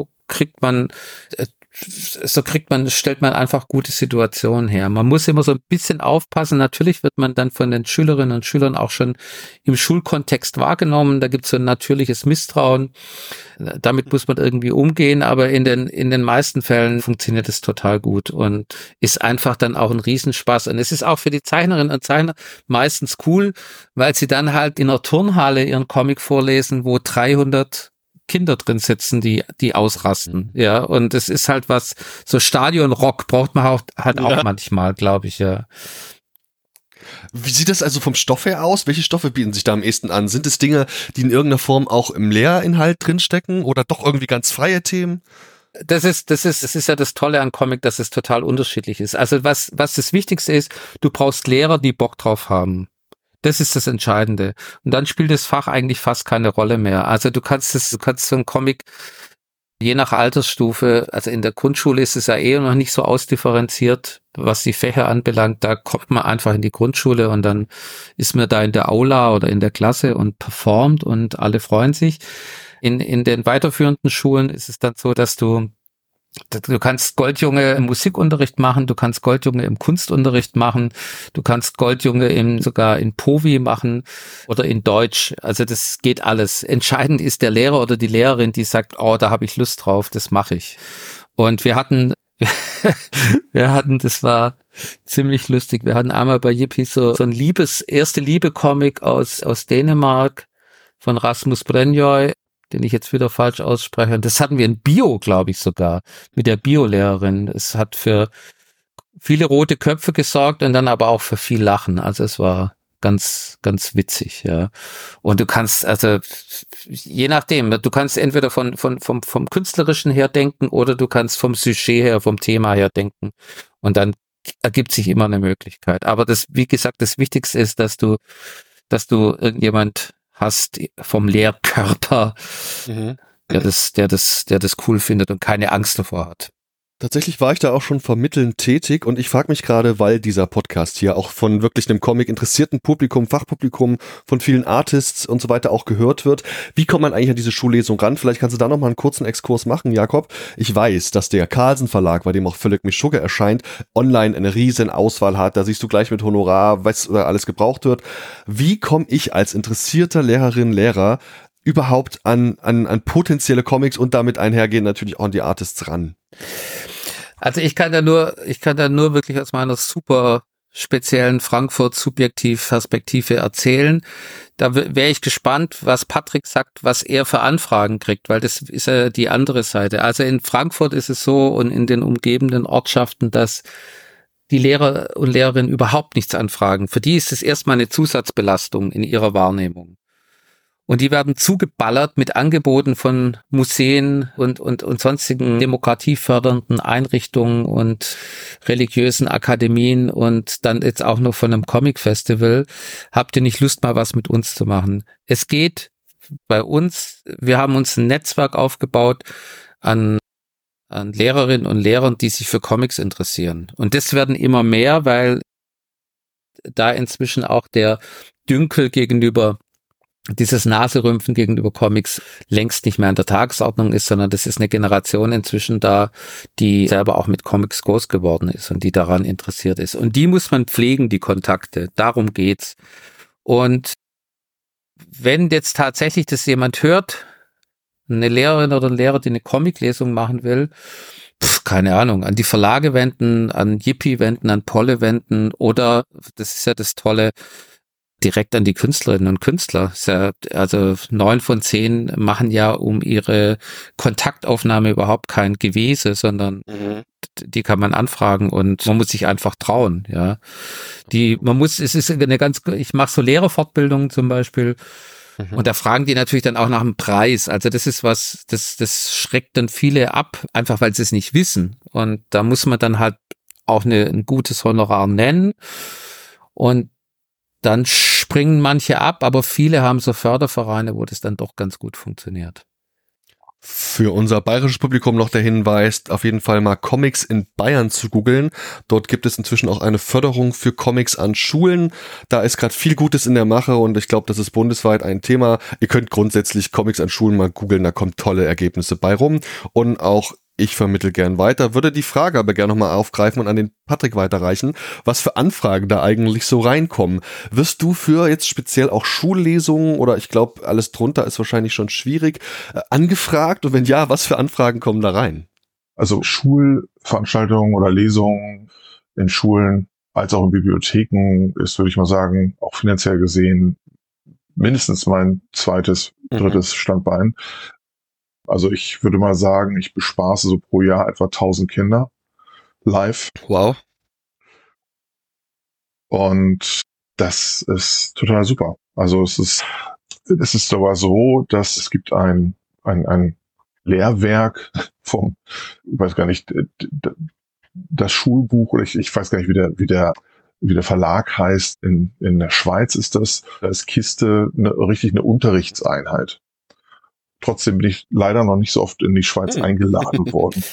Speaker 4: stellt man einfach gute Situationen her. Man muss immer so ein bisschen aufpassen. Natürlich wird man dann von den Schülerinnen und Schülern auch schon im Schulkontext wahrgenommen. Da gibt es so ein natürliches Misstrauen. Damit muss man irgendwie umgehen, aber in den meisten Fällen funktioniert es total gut und ist einfach dann auch ein Riesenspaß. Und es ist auch für die Zeichnerinnen und Zeichner meistens cool, weil sie dann halt in einer Turnhalle ihren Comic vorlesen, wo 300 Kinder drin sitzen, die ausrasten, ja, und es ist halt was, so Stadionrock braucht man auch manchmal, glaube ich, ja.
Speaker 1: Wie sieht das also vom Stoff her aus? Welche Stoffe bieten sich da am ehesten an? Sind es Dinge, die in irgendeiner Form auch im Lehrinhalt drinstecken oder doch irgendwie ganz freie Themen?
Speaker 4: Das ist ja das Tolle an Comic, dass es total unterschiedlich ist. Also was das Wichtigste ist, du brauchst Lehrer, die Bock drauf haben. Das ist das Entscheidende. Und dann spielt das Fach eigentlich fast keine Rolle mehr. Also du kannst so ein Comic je nach Altersstufe, also in der Grundschule ist es ja noch nicht so ausdifferenziert, was die Fächer anbelangt. Da kommt man einfach in die Grundschule und dann ist man da in der Aula oder in der Klasse und performt und alle freuen sich. In den weiterführenden Schulen ist es dann so, dass du kannst Goldjunge im Musikunterricht machen, du kannst Goldjunge im Kunstunterricht machen, du kannst Goldjunge sogar in Povi machen oder in Deutsch. Also das geht alles. Entscheidend ist der Lehrer oder die Lehrerin, die sagt, oh, da habe ich Lust drauf, das mache ich. Und wir hatten, das war ziemlich lustig. Wir hatten einmal bei Yippie so ein erste Liebe-Comic aus Dänemark von Rasmus Brennjoy, den ich jetzt wieder falsch ausspreche. Und das hatten wir in Bio, glaube ich sogar, mit der Bio-Lehrerin. Es hat für viele rote Köpfe gesorgt und dann aber auch für viel Lachen. Also es war ganz, ganz witzig, ja. Und du kannst, also je nachdem, du kannst entweder vom Künstlerischen her denken oder du kannst vom Sujet her, vom Thema her denken. Und dann ergibt sich immer eine Möglichkeit. Aber wie gesagt, das Wichtigste ist, dass du irgendjemand hast vom Lehrkörper, der das cool findet und keine Angst davor hat.
Speaker 1: Tatsächlich war ich da auch schon vermittelnd tätig und ich frage mich gerade, weil dieser Podcast hier auch von wirklich einem Comic-interessierten Publikum, Fachpublikum, von vielen Artists und so weiter auch gehört wird, wie kommt man eigentlich an diese Schullesung ran? Vielleicht kannst du da nochmal einen kurzen Exkurs machen, Jakob. Ich weiß, dass der Carlsen Verlag, bei dem auch Völlig mit Sugar erscheint, online eine riesen Auswahl hat. Da siehst du gleich mit Honorar, was alles gebraucht wird. Wie komme ich als interessierter Lehrerin, Lehrer überhaupt an potenzielle Comics und damit einhergehen natürlich auch an die Artists ran?
Speaker 4: Also ich kann da nur wirklich aus meiner super speziellen Frankfurt-Subjektiv-Perspektive erzählen. Da wäre ich gespannt, was Patrick sagt, was er für Anfragen kriegt, weil das ist ja die andere Seite. Also in Frankfurt ist es so und in den umgebenden Ortschaften, dass die Lehrer und Lehrerinnen überhaupt nichts anfragen. Für die ist es erstmal eine Zusatzbelastung in ihrer Wahrnehmung. Und die werden zugeballert mit Angeboten von Museen und sonstigen demokratiefördernden Einrichtungen und religiösen Akademien und dann jetzt auch noch von einem Comic-Festival. Habt ihr nicht Lust, mal was mit uns zu machen? Es geht bei uns, wir haben uns ein Netzwerk aufgebaut an Lehrerinnen und Lehrern, die sich für Comics interessieren. Und das werden immer mehr, weil da inzwischen auch der Dünkel gegenüber dieses Naserümpfen gegenüber Comics längst nicht mehr an der Tagesordnung ist, sondern das ist eine Generation inzwischen da, die selber auch mit Comics groß geworden ist und die daran interessiert ist. Und die muss man pflegen, die Kontakte. Darum geht's. Und wenn jetzt tatsächlich das jemand hört, eine Lehrerin oder ein Lehrer, die eine Comiclesung machen will, keine Ahnung, an die Verlage wenden, an Yippie wenden, an Polle wenden oder, das ist ja das Tolle, direkt an die Künstlerinnen und Künstler. Also 9 von 10 machen ja um ihre Kontaktaufnahme überhaupt kein Gewese, sondern die kann man anfragen und man muss sich einfach trauen, ja. Ich mache so Lehrerfortbildungen zum Beispiel und da fragen die natürlich dann auch nach dem Preis. Also das ist was, das schreckt dann viele ab, einfach weil sie es nicht wissen. Und da muss man dann halt auch ein gutes Honorar nennen und dann springen manche ab, aber viele haben so Fördervereine, wo das dann doch ganz gut funktioniert.
Speaker 1: Für unser bayerisches Publikum noch der Hinweis, auf jeden Fall mal Comics in Bayern zu googeln. Dort gibt es inzwischen auch eine Förderung für Comics an Schulen. Da ist gerade viel Gutes in der Mache und ich glaube, das ist bundesweit ein Thema. Ihr könnt grundsätzlich Comics an Schulen mal googeln, da kommen tolle Ergebnisse bei rum. Und auch ich vermittle gern weiter, würde die Frage aber gerne nochmal aufgreifen und an den Patrick weiterreichen, was für Anfragen da eigentlich so reinkommen. Wirst du für jetzt speziell auch Schullesungen oder ich glaube, alles drunter ist wahrscheinlich schon schwierig, angefragt? Und wenn ja, was für Anfragen kommen da rein?
Speaker 3: Also Schulveranstaltungen oder Lesungen in Schulen als auch in Bibliotheken ist, würde ich mal sagen, auch finanziell gesehen mindestens mein zweites, drittes Standbein. Also ich würde mal sagen, ich bespaße so pro Jahr etwa 1000 Kinder live.
Speaker 1: Wow.
Speaker 3: Und das ist total super. Also es ist aber so, dass es gibt ein Lehrwerk vom, ich weiß gar nicht, das Schulbuch, oder ich weiß gar nicht, wie der Verlag heißt. In der Schweiz ist das. Da ist Kiste richtig eine Unterrichtseinheit. Trotzdem bin ich leider noch nicht so oft in die Schweiz eingeladen worden.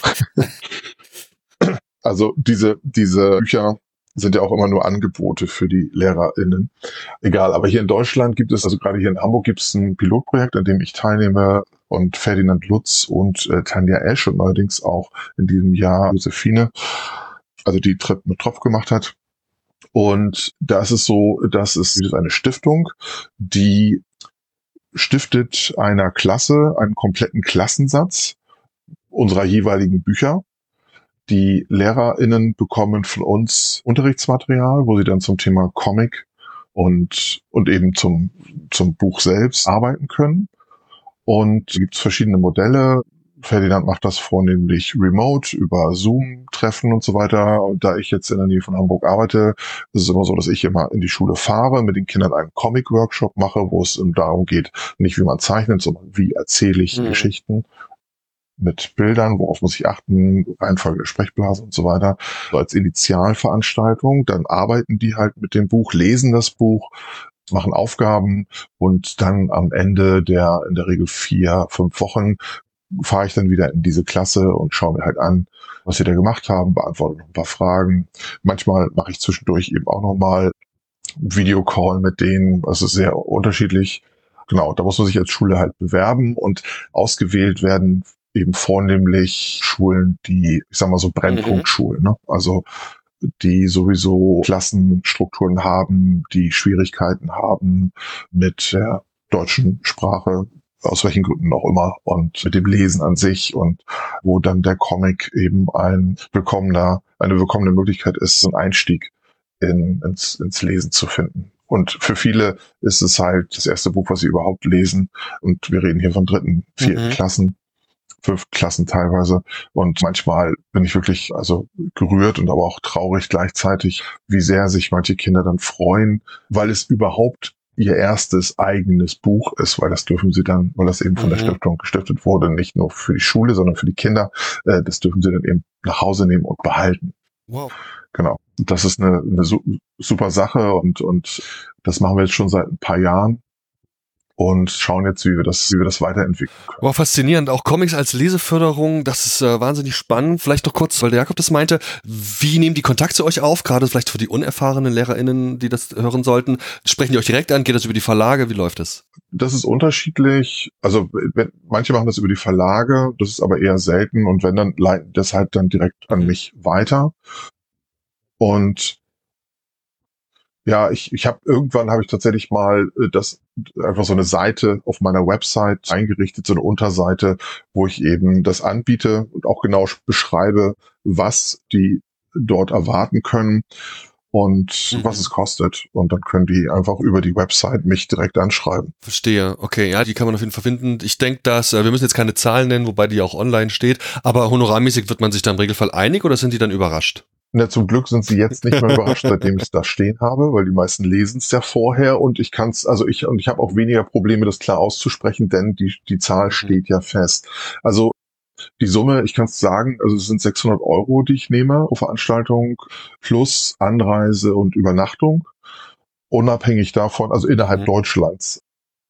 Speaker 3: Also diese Bücher sind ja auch immer nur Angebote für die LehrerInnen. Egal, aber hier in Deutschland gibt es, also gerade hier in Hamburg gibt es ein Pilotprojekt, an dem ich teilnehme und Ferdinand Lutz und Tanja Esch und neuerdings auch in diesem Jahr Josephine, also die mit Tropf gemacht hat. Und da ist es so, das ist eine Stiftung, die stiftet einer Klasse einen kompletten Klassensatz unserer jeweiligen Bücher. Die LehrerInnen bekommen von uns Unterrichtsmaterial, wo sie dann zum Thema Comic und eben zum Buch selbst arbeiten können. Und es gibt verschiedene Modelle. Ferdinand macht das vornehmlich remote über Zoom-Treffen und so weiter. Und da ich jetzt in der Nähe von Hamburg arbeite, ist es immer so, dass ich immer in die Schule fahre, mit den Kindern einen Comic-Workshop mache, wo es darum geht, nicht wie man zeichnet, sondern wie erzähle ich Geschichten. mit Bildern, worauf muss ich achten, Reihenfolge der Sprechblase und so weiter, so als Initialveranstaltung. Dann arbeiten die halt mit dem Buch, lesen das Buch, machen Aufgaben und dann am Ende der in der Regel 4-5 Wochen fahre ich dann wieder in diese Klasse und schaue mir halt an, was sie da gemacht haben, beantworte noch ein paar Fragen. Manchmal mache ich zwischendurch eben auch nochmal Videocall mit denen, also sehr unterschiedlich. Genau, da muss man sich als Schule halt bewerben und ausgewählt werden eben vornehmlich Schulen, die, ich sag mal so Brennpunktschulen, ne? Also die sowieso Klassenstrukturen haben, die Schwierigkeiten haben mit der deutschen Sprache, aus welchen Gründen auch immer, und mit dem Lesen an sich, und wo dann der Comic eben eine willkommene Möglichkeit ist, so einen Einstieg ins Lesen zu finden. Und für viele ist es halt das erste Buch, was sie überhaupt lesen. Und wir reden hier von 3., 4. Klassen, 5. Klassen teilweise. Und manchmal bin ich wirklich gerührt und aber auch traurig gleichzeitig, wie sehr sich manche Kinder dann freuen, weil es überhaupt ihr erstes eigenes Buch ist, weil das dürfen sie dann, weil das eben von der Stiftung gestiftet wurde, nicht nur für die Schule, sondern für die Kinder. Das dürfen sie dann eben nach Hause nehmen und behalten. Wow. Genau. Das ist eine super Sache und das machen wir jetzt schon seit ein paar Jahren und schauen jetzt, wie wir das weiterentwickeln können.
Speaker 1: Wow, faszinierend. Auch Comics als Leseförderung, das ist wahnsinnig spannend. Vielleicht noch kurz, weil der Jakob das meinte, wie nehmen die Kontakt zu euch auf? Gerade vielleicht für die unerfahrenen LehrerInnen, die das hören sollten. Sprechen die euch direkt an? Geht das über die Verlage? Wie läuft das?
Speaker 3: Das ist unterschiedlich. Also manche machen das über die Verlage, das ist aber eher selten, und wenn, dann leiten das halt dann direkt an mich weiter. Und ja, irgendwann habe ich tatsächlich mal einfach so eine Seite auf meiner Website eingerichtet, so eine Unterseite, wo ich eben das anbiete und auch genau beschreibe, was die dort erwarten können und was es kostet. Und dann können die einfach über die Website mich direkt anschreiben.
Speaker 1: Verstehe. Okay, ja, die kann man auf jeden Fall finden. Ich denke, dass wir müssen jetzt keine Zahlen nennen, wobei die auch online steht, aber honorarmäßig wird man sich da im Regelfall einig, oder sind die dann überrascht?
Speaker 3: Ja, zum Glück sind sie jetzt nicht mehr überrascht, seitdem ich es da stehen habe, weil die meisten lesen es ja vorher, und ich habe auch weniger Probleme, das klar auszusprechen, denn die Zahl steht ja fest. Also die Summe, ich kann es sagen, also es sind 600 €, die ich nehme pro Veranstaltung, plus Anreise und Übernachtung, unabhängig davon, also innerhalb Deutschlands.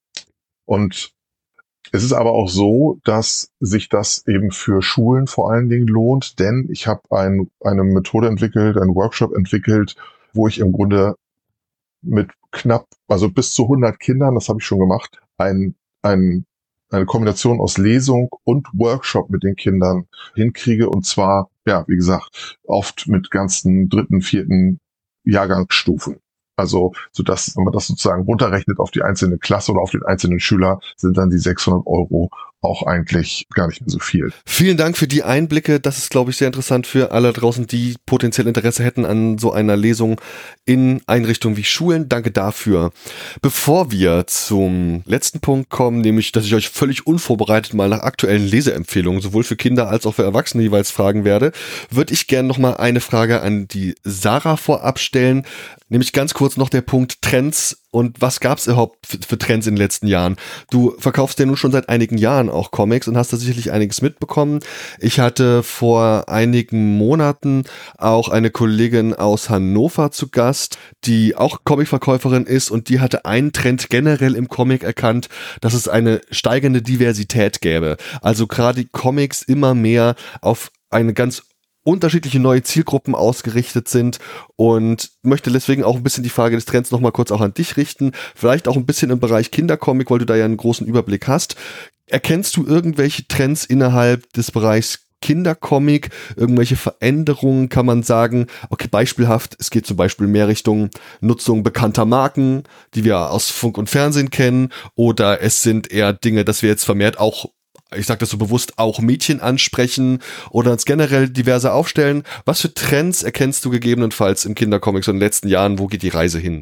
Speaker 3: Und es ist aber auch so, dass sich das eben für Schulen vor allen Dingen lohnt, denn ich habe eine Methode entwickelt, einen Workshop entwickelt, wo ich im Grunde mit bis zu 100 Kindern, das habe ich schon gemacht, eine Kombination aus Lesung und Workshop mit den Kindern hinkriege, und zwar, ja, wie gesagt, oft mit ganzen 3., 4. Jahrgangsstufen. Also, sodass, wenn man das sozusagen runterrechnet auf die einzelne Klasse oder auf den einzelnen Schüler, sind dann die 600 € auch eigentlich gar nicht mehr so viel.
Speaker 1: Vielen Dank für die Einblicke. Das ist, glaube ich, sehr interessant für alle draußen, die potenziell Interesse hätten an so einer Lesung in Einrichtungen wie Schulen. Danke dafür. Bevor wir zum letzten Punkt kommen, nämlich, dass ich euch völlig unvorbereitet mal nach aktuellen Leseempfehlungen sowohl für Kinder als auch für Erwachsene jeweils fragen werde, würde ich gerne noch mal eine Frage an die Sarah vorab stellen. Nämlich ganz kurz noch der Punkt Trends. Und was gab es überhaupt für Trends in den letzten Jahren? Du verkaufst ja nun schon seit einigen Jahren auch Comics und hast da sicherlich einiges mitbekommen. Ich hatte vor einigen Monaten auch eine Kollegin aus Hannover zu Gast, die auch Comicverkäuferin ist, und die hatte einen Trend generell im Comic erkannt, dass es eine steigende Diversität gäbe. Also gerade die Comics immer mehr auf eine ganz unterschiedliche neue Zielgruppen ausgerichtet sind, und möchte deswegen auch ein bisschen die Frage des Trends nochmal kurz auch an dich richten, vielleicht auch ein bisschen im Bereich Kindercomic, weil du da ja einen großen Überblick hast. Erkennst du irgendwelche Trends innerhalb des Bereichs Kindercomic, irgendwelche Veränderungen? Kann man sagen, okay, beispielhaft, es geht zum Beispiel mehr Richtung Nutzung bekannter Marken, die wir aus Funk und Fernsehen kennen, oder es sind eher Dinge, dass wir jetzt vermehrt auch, ich sage das so bewusst, auch Mädchen ansprechen oder uns generell diverser aufstellen. Was für Trends erkennst du gegebenenfalls im Kindercomic so in den letzten Jahren? Wo geht die Reise hin?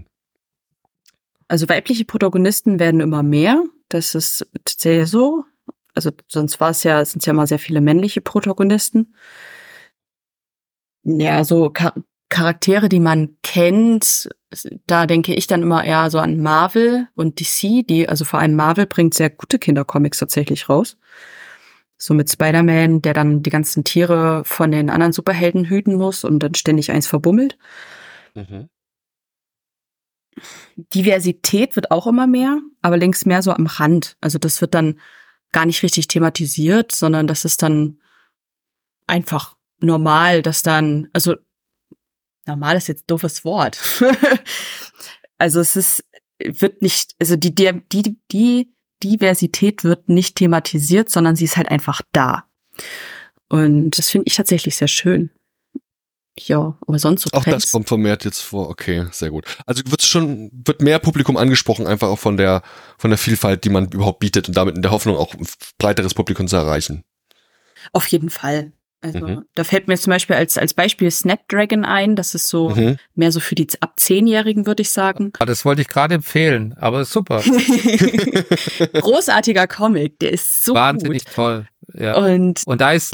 Speaker 2: Also weibliche Protagonisten werden immer mehr. Das ist tatsächlich so. Also sonst sind es ja mal sehr viele männliche Protagonisten. Ja, so Charaktere, die man kennt, da denke ich dann immer eher so an Marvel und DC, also vor allem Marvel bringt sehr gute Kindercomics tatsächlich raus. So mit Spider-Man, der dann die ganzen Tiere von den anderen Superhelden hüten muss und dann ständig eins verbummelt.
Speaker 1: Mhm.
Speaker 2: Diversität wird auch immer mehr, aber längst mehr so am Rand. Also das wird dann gar nicht richtig thematisiert, sondern das ist dann einfach normal, dass dann, also normal ist jetzt ein doofes Wort. Also wird nicht, also die Diversität wird nicht thematisiert, sondern sie ist halt einfach da. Und das finde ich tatsächlich sehr schön. Ja, aber sonst so
Speaker 1: Auch
Speaker 2: Trends.
Speaker 1: das kommt vermehrt jetzt vor. Okay, sehr gut. Also wird mehr Publikum angesprochen, einfach auch von der Vielfalt, die man überhaupt bietet und damit in der Hoffnung auch ein breiteres Publikum zu erreichen.
Speaker 2: Auf jeden Fall. Also da fällt mir zum Beispiel als Beispiel Snapdragon ein. Das ist so mehr so für die ab 10-Jährigen, würde ich sagen.
Speaker 4: Das wollte ich gerade empfehlen, aber super.
Speaker 2: Großartiger Comic, der ist so
Speaker 4: Wahnsinnig
Speaker 2: gut.
Speaker 4: Toll. Ja.
Speaker 2: Und
Speaker 4: da ist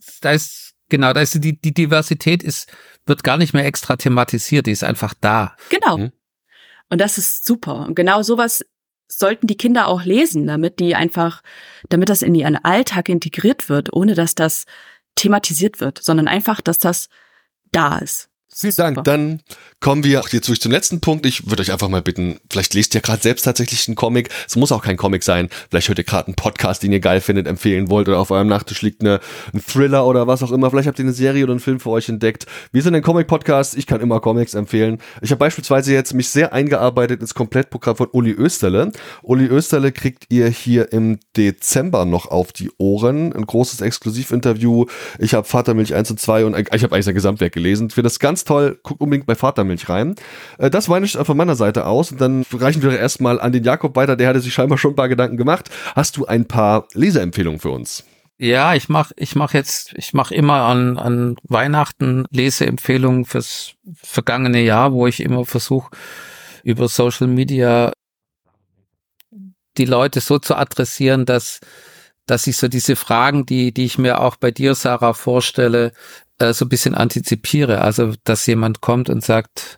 Speaker 4: die Diversität wird gar nicht mehr extra thematisiert, die ist einfach da.
Speaker 2: genau. Und das ist super. Und genau sowas sollten die Kinder auch lesen, damit das in ihren Alltag integriert wird, ohne dass das thematisiert wird, sondern einfach, dass das da ist.
Speaker 1: Vielen Dank. Dann kommen wir jetzt durch zum letzten Punkt. Ich würde euch einfach mal bitten, vielleicht lest ihr gerade selbst tatsächlich einen Comic. Es muss auch kein Comic sein. Vielleicht hört ihr gerade einen Podcast, den ihr geil findet, empfehlen wollt, oder auf eurem Nachttisch liegt ein Thriller oder was auch immer. Vielleicht habt ihr eine Serie oder einen Film für euch entdeckt. Wir sind ein Comic-Podcast. Ich kann immer Comics empfehlen. Ich habe beispielsweise jetzt mich sehr eingearbeitet ins Komplettprogramm von Uli Oesterle. Uli Oesterle kriegt ihr hier im Dezember noch auf die Ohren. Ein großes Exklusivinterview. Ich habe Vatermilch 1 und 2 und ich habe eigentlich sein Gesamtwerk gelesen. Für das ganz toll, guckt unbedingt bei Vatermilch rein. Das war nicht von meiner Seite aus und dann reichen wir erstmal an den Jakob weiter, der hatte sich scheinbar schon ein paar Gedanken gemacht. Hast du ein paar Leseempfehlungen für uns?
Speaker 4: Ja, ich mach immer an Weihnachten Leseempfehlungen fürs vergangene Jahr, wo ich immer versuche, über Social Media die Leute so zu adressieren, dass ich so diese Fragen, die ich mir auch bei dir, Sarah, vorstelle, so ein bisschen antizipiere. Also, dass jemand kommt und sagt,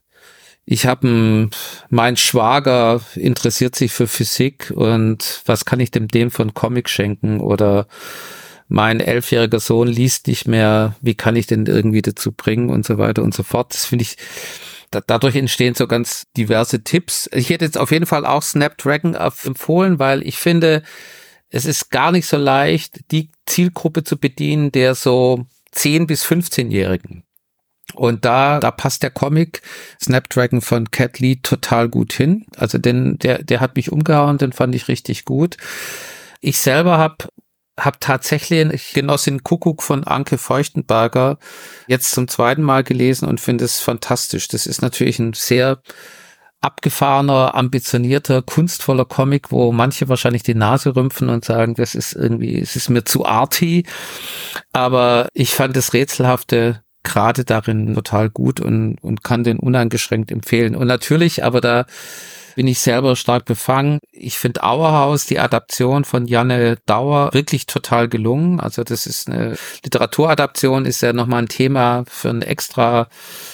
Speaker 4: mein Schwager interessiert sich für Physik und was kann ich dem für einen Comic schenken? Oder mein 11-jähriger Sohn liest nicht mehr, wie kann ich den irgendwie dazu bringen und so weiter und so fort. Das finde ich, dadurch entstehen so ganz diverse Tipps. Ich hätte jetzt auf jeden Fall auch Snapdragon empfohlen, weil ich finde, es ist gar nicht so leicht, die Zielgruppe zu bedienen, der so 10- bis 15-Jährigen. Und da passt der Comic Snapdragon von Cat Lee total gut hin. Also der hat mich umgehauen, den fand ich richtig gut. Ich selber hab tatsächlich Genossin Kuckuck von Anke Feuchtenberger jetzt zum zweiten Mal gelesen und finde es fantastisch. Das ist natürlich ein sehr abgefahrener, ambitionierter, kunstvoller Comic, wo manche wahrscheinlich die Nase rümpfen und sagen, es ist mir zu arty. Aber ich fand das Rätselhafte gerade darin total gut und kann den uneingeschränkt empfehlen. Und natürlich, aber da bin ich selber stark befangen. Ich finde Auerhaus, die Adaption von Janne Dauer, wirklich total gelungen. Also das ist eine Literaturadaption, ist ja nochmal ein Thema für eine extra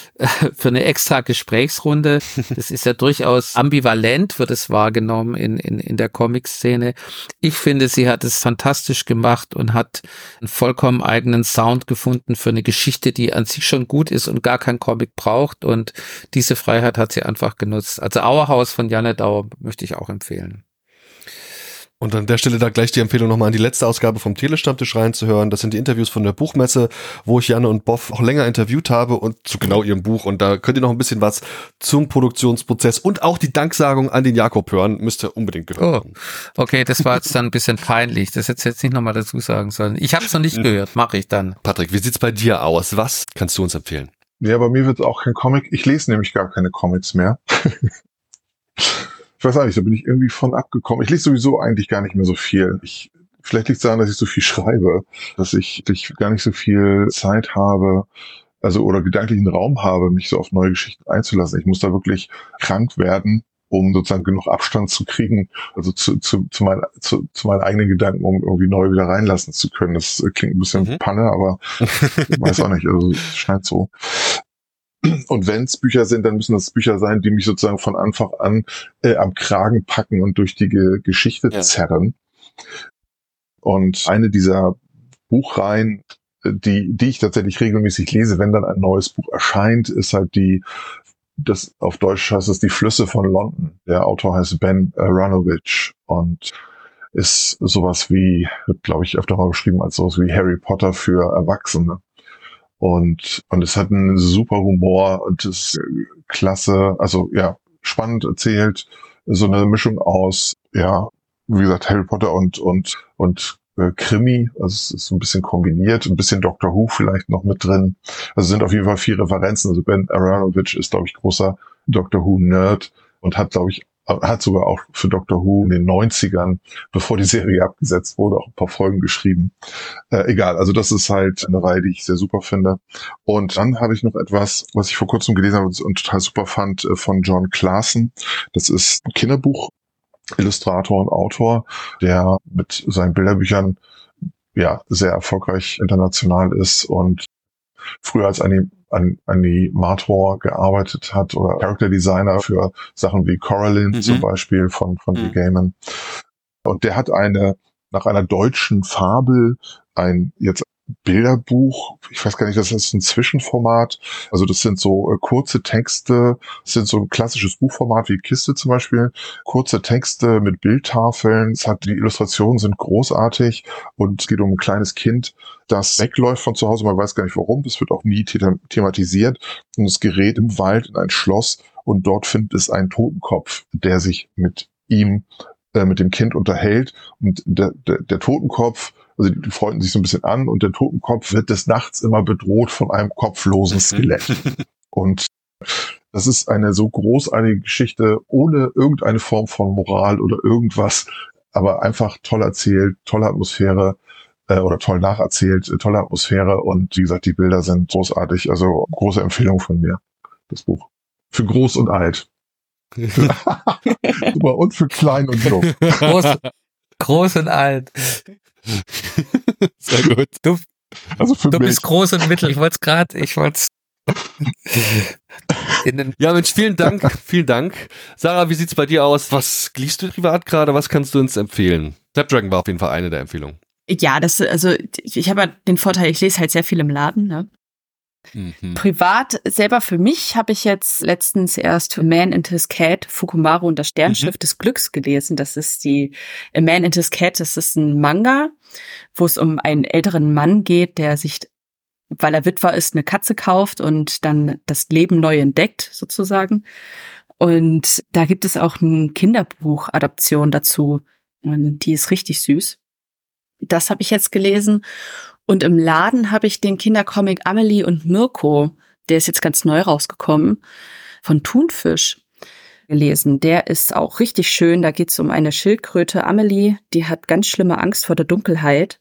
Speaker 4: Gesprächsrunde. Das ist ja durchaus ambivalent, wird es wahrgenommen in der Comic-Szene. Ich finde, sie hat es fantastisch gemacht und hat einen vollkommen eigenen Sound gefunden für eine Geschichte, die an sich schon gut ist und gar kein Comic braucht. Und diese Freiheit hat sie einfach genutzt. Also Auerhaus von Janne Dauer möchte ich auch empfehlen.
Speaker 1: Und an der Stelle da gleich die Empfehlung nochmal an die letzte Ausgabe vom Telestammtisch reinzuhören. Das sind die Interviews von der Buchmesse, wo ich Janne und Boff auch länger interviewt habe und zu genau ihrem Buch. Und da könnt ihr noch ein bisschen was zum Produktionsprozess und auch die Danksagung an den Jakob hören. Müsst ihr unbedingt gehört haben.
Speaker 4: Okay, das war jetzt dann ein bisschen peinlich. Das hätte ich jetzt nicht nochmal dazu sagen sollen. Ich habe es noch nicht gehört, mache ich dann.
Speaker 1: Patrick, wie sieht's bei dir aus? Was kannst du uns empfehlen?
Speaker 3: Ja, bei mir wird es auch kein Comic. Ich lese nämlich gar keine Comics mehr. Ich weiß auch nicht, da bin ich irgendwie von abgekommen. Ich lese sowieso eigentlich gar nicht mehr so viel. Vielleicht liegt es daran, dass ich so viel schreibe, dass ich gar nicht so viel Zeit habe, also oder gedanklichen Raum habe, mich so auf neue Geschichten einzulassen. Ich muss da wirklich krank werden, um sozusagen genug Abstand zu kriegen, also zu meinen eigenen Gedanken, um irgendwie neu wieder reinlassen zu können. Das klingt ein bisschen Panne, aber ich weiß auch nicht, also es scheint so. Und wenn es Bücher sind, dann müssen das Bücher sein, die mich sozusagen von Anfang an am Kragen packen und durch die Geschichte zerren. Und eine dieser Buchreihen, die ich tatsächlich regelmäßig lese, wenn dann ein neues Buch erscheint, ist halt das auf Deutsch heißt es Die Flüsse von London. Der Autor heißt Ben Aaronovitch und ist sowas wie, wird glaube ich öfter mal beschrieben als sowas wie Harry Potter für Erwachsene. Und es hat einen super Humor und ist klasse, also ja, spannend erzählt, so eine Mischung aus, ja, wie gesagt, Harry Potter und Krimi, also es ist ein bisschen kombiniert, ein bisschen Doctor Who vielleicht noch mit drin. Also sind auf jeden Fall 4 Referenzen. Also Ben Aaronovitch ist, glaube ich, großer Doctor Who-Nerd und hat sogar auch für Doctor Who in den 90ern, bevor die Serie abgesetzt wurde, auch ein paar Folgen geschrieben. Egal, also das ist halt eine Reihe, die ich sehr super finde. Und dann habe ich noch etwas, was ich vor kurzem gelesen habe und total super fand, von John Clason. Das ist ein Kinderbuch-Illustrator und Autor, der mit seinen Bilderbüchern ja sehr erfolgreich international ist und früher als Animator gearbeitet hat oder Character Designer für Sachen wie Coraline zum Beispiel von Neil Gaiman. Und der hat nach einer deutschen Fabel ein jetzt Bilderbuch, ich weiß gar nicht, das ist ein Zwischenformat, also das sind so kurze Texte, das sind so ein klassisches Buchformat wie Kiste zum Beispiel, kurze Texte mit Bildtafeln, die Illustrationen sind großartig und es geht um ein kleines Kind, das wegläuft von zu Hause, man weiß gar nicht warum, das wird auch nie thematisiert und es gerät im Wald in ein Schloss und dort findet es einen Totenkopf, der sich mit dem Kind unterhält und der Totenkopf, also die freunden sich so ein bisschen an und der Totenkopf wird des Nachts immer bedroht von einem kopflosen Skelett. Und das ist eine so großartige Geschichte, ohne irgendeine Form von Moral oder irgendwas, aber einfach toll erzählt, tolle Atmosphäre oder toll nacherzählt, tolle Atmosphäre und wie gesagt, die Bilder sind großartig, also große Empfehlung von mir, das Buch. Für groß und alt. Super, und für klein und jung.
Speaker 4: Groß und alt.
Speaker 1: Sehr gut.
Speaker 4: Du
Speaker 3: mich.
Speaker 4: bist groß und mittel. Ich wollte
Speaker 1: Ja, Mensch, vielen Dank. Sarah, wie sieht's bei dir aus? Was liest du privat gerade? Was kannst du uns empfehlen? Snapdragon war auf jeden Fall eine der Empfehlungen.
Speaker 2: Ja, ich habe ja den Vorteil, ich lese halt sehr viel im Laden, ne? Privat, selber für mich, habe ich jetzt letztens erst Man and His Cat, Fukumaru und das Sternschiff des Glücks gelesen. Das ist A Man and His Cat, das ist ein Manga, wo es um einen älteren Mann geht, der sich, weil er Witwer ist, eine Katze kauft und dann das Leben neu entdeckt, sozusagen. Und da gibt es auch eine Kinderbuch-Adaption dazu. Und die ist richtig süß. Das habe ich jetzt gelesen. Und im Laden habe ich den Kindercomic Amelie und Mirko, der ist jetzt ganz neu rausgekommen, von Thunfisch gelesen. Der ist auch richtig schön. Da geht es um eine Schildkröte, Amelie, die hat ganz schlimme Angst vor der Dunkelheit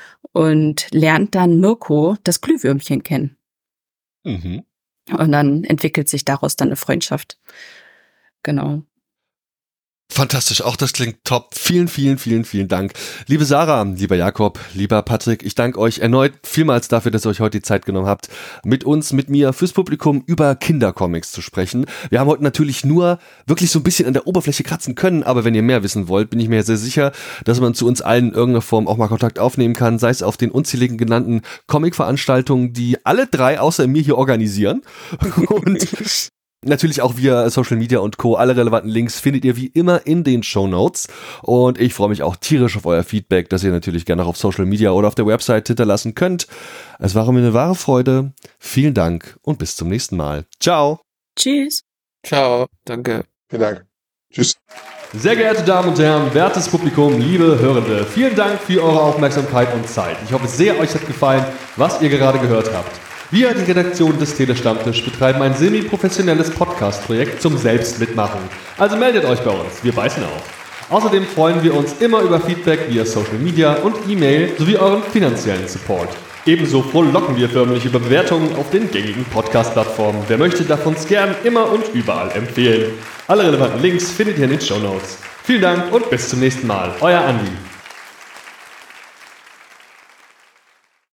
Speaker 2: und lernt dann Mirko, das Glühwürmchen, kennen. Und dann entwickelt sich daraus dann eine Freundschaft. Genau.
Speaker 1: Fantastisch, auch das klingt top. Vielen Dank. Liebe Sarah, lieber Jakob, lieber Patrick, ich danke euch erneut vielmals dafür, dass ihr euch heute die Zeit genommen habt, mit mir, fürs Publikum über Kindercomics zu sprechen. Wir haben heute natürlich nur wirklich so ein bisschen an der Oberfläche kratzen können, aber wenn ihr mehr wissen wollt, bin ich mir sehr sicher, dass man zu uns allen in irgendeiner Form auch mal Kontakt aufnehmen kann, sei es auf den unzähligen genannten Comic-Veranstaltungen, die alle 3 außer mir hier organisieren. Und natürlich auch via Social Media und Co. Alle relevanten Links findet ihr wie immer in den Shownotes. Und ich freue mich auch tierisch auf euer Feedback, das ihr natürlich gerne auch auf Social Media oder auf der Website hinterlassen könnt. Es war mir eine wahre Freude. Vielen Dank und bis zum nächsten Mal. Ciao.
Speaker 2: Tschüss.
Speaker 4: Ciao. Danke.
Speaker 3: Vielen Dank. Tschüss.
Speaker 1: Sehr geehrte Damen und Herren, wertes Publikum, liebe Hörende, vielen Dank für eure Aufmerksamkeit und Zeit. Ich hoffe sehr, euch hat gefallen, was ihr gerade gehört habt. Wir, die Redaktion des Telestammtisch, betreiben ein semi-professionelles Podcast-Projekt zum Selbstmitmachen. Also meldet euch bei uns, wir beißen auf. Außerdem freuen wir uns immer über Feedback via Social Media und E-Mail sowie euren finanziellen Support. Ebenso frohlocken wir förmlich über Bewertungen auf den gängigen Podcast-Plattformen. Wer möchte, darf uns gern immer und überall empfehlen. Alle relevanten Links findet ihr in den Shownotes. Vielen Dank und bis zum nächsten Mal. Euer Andi.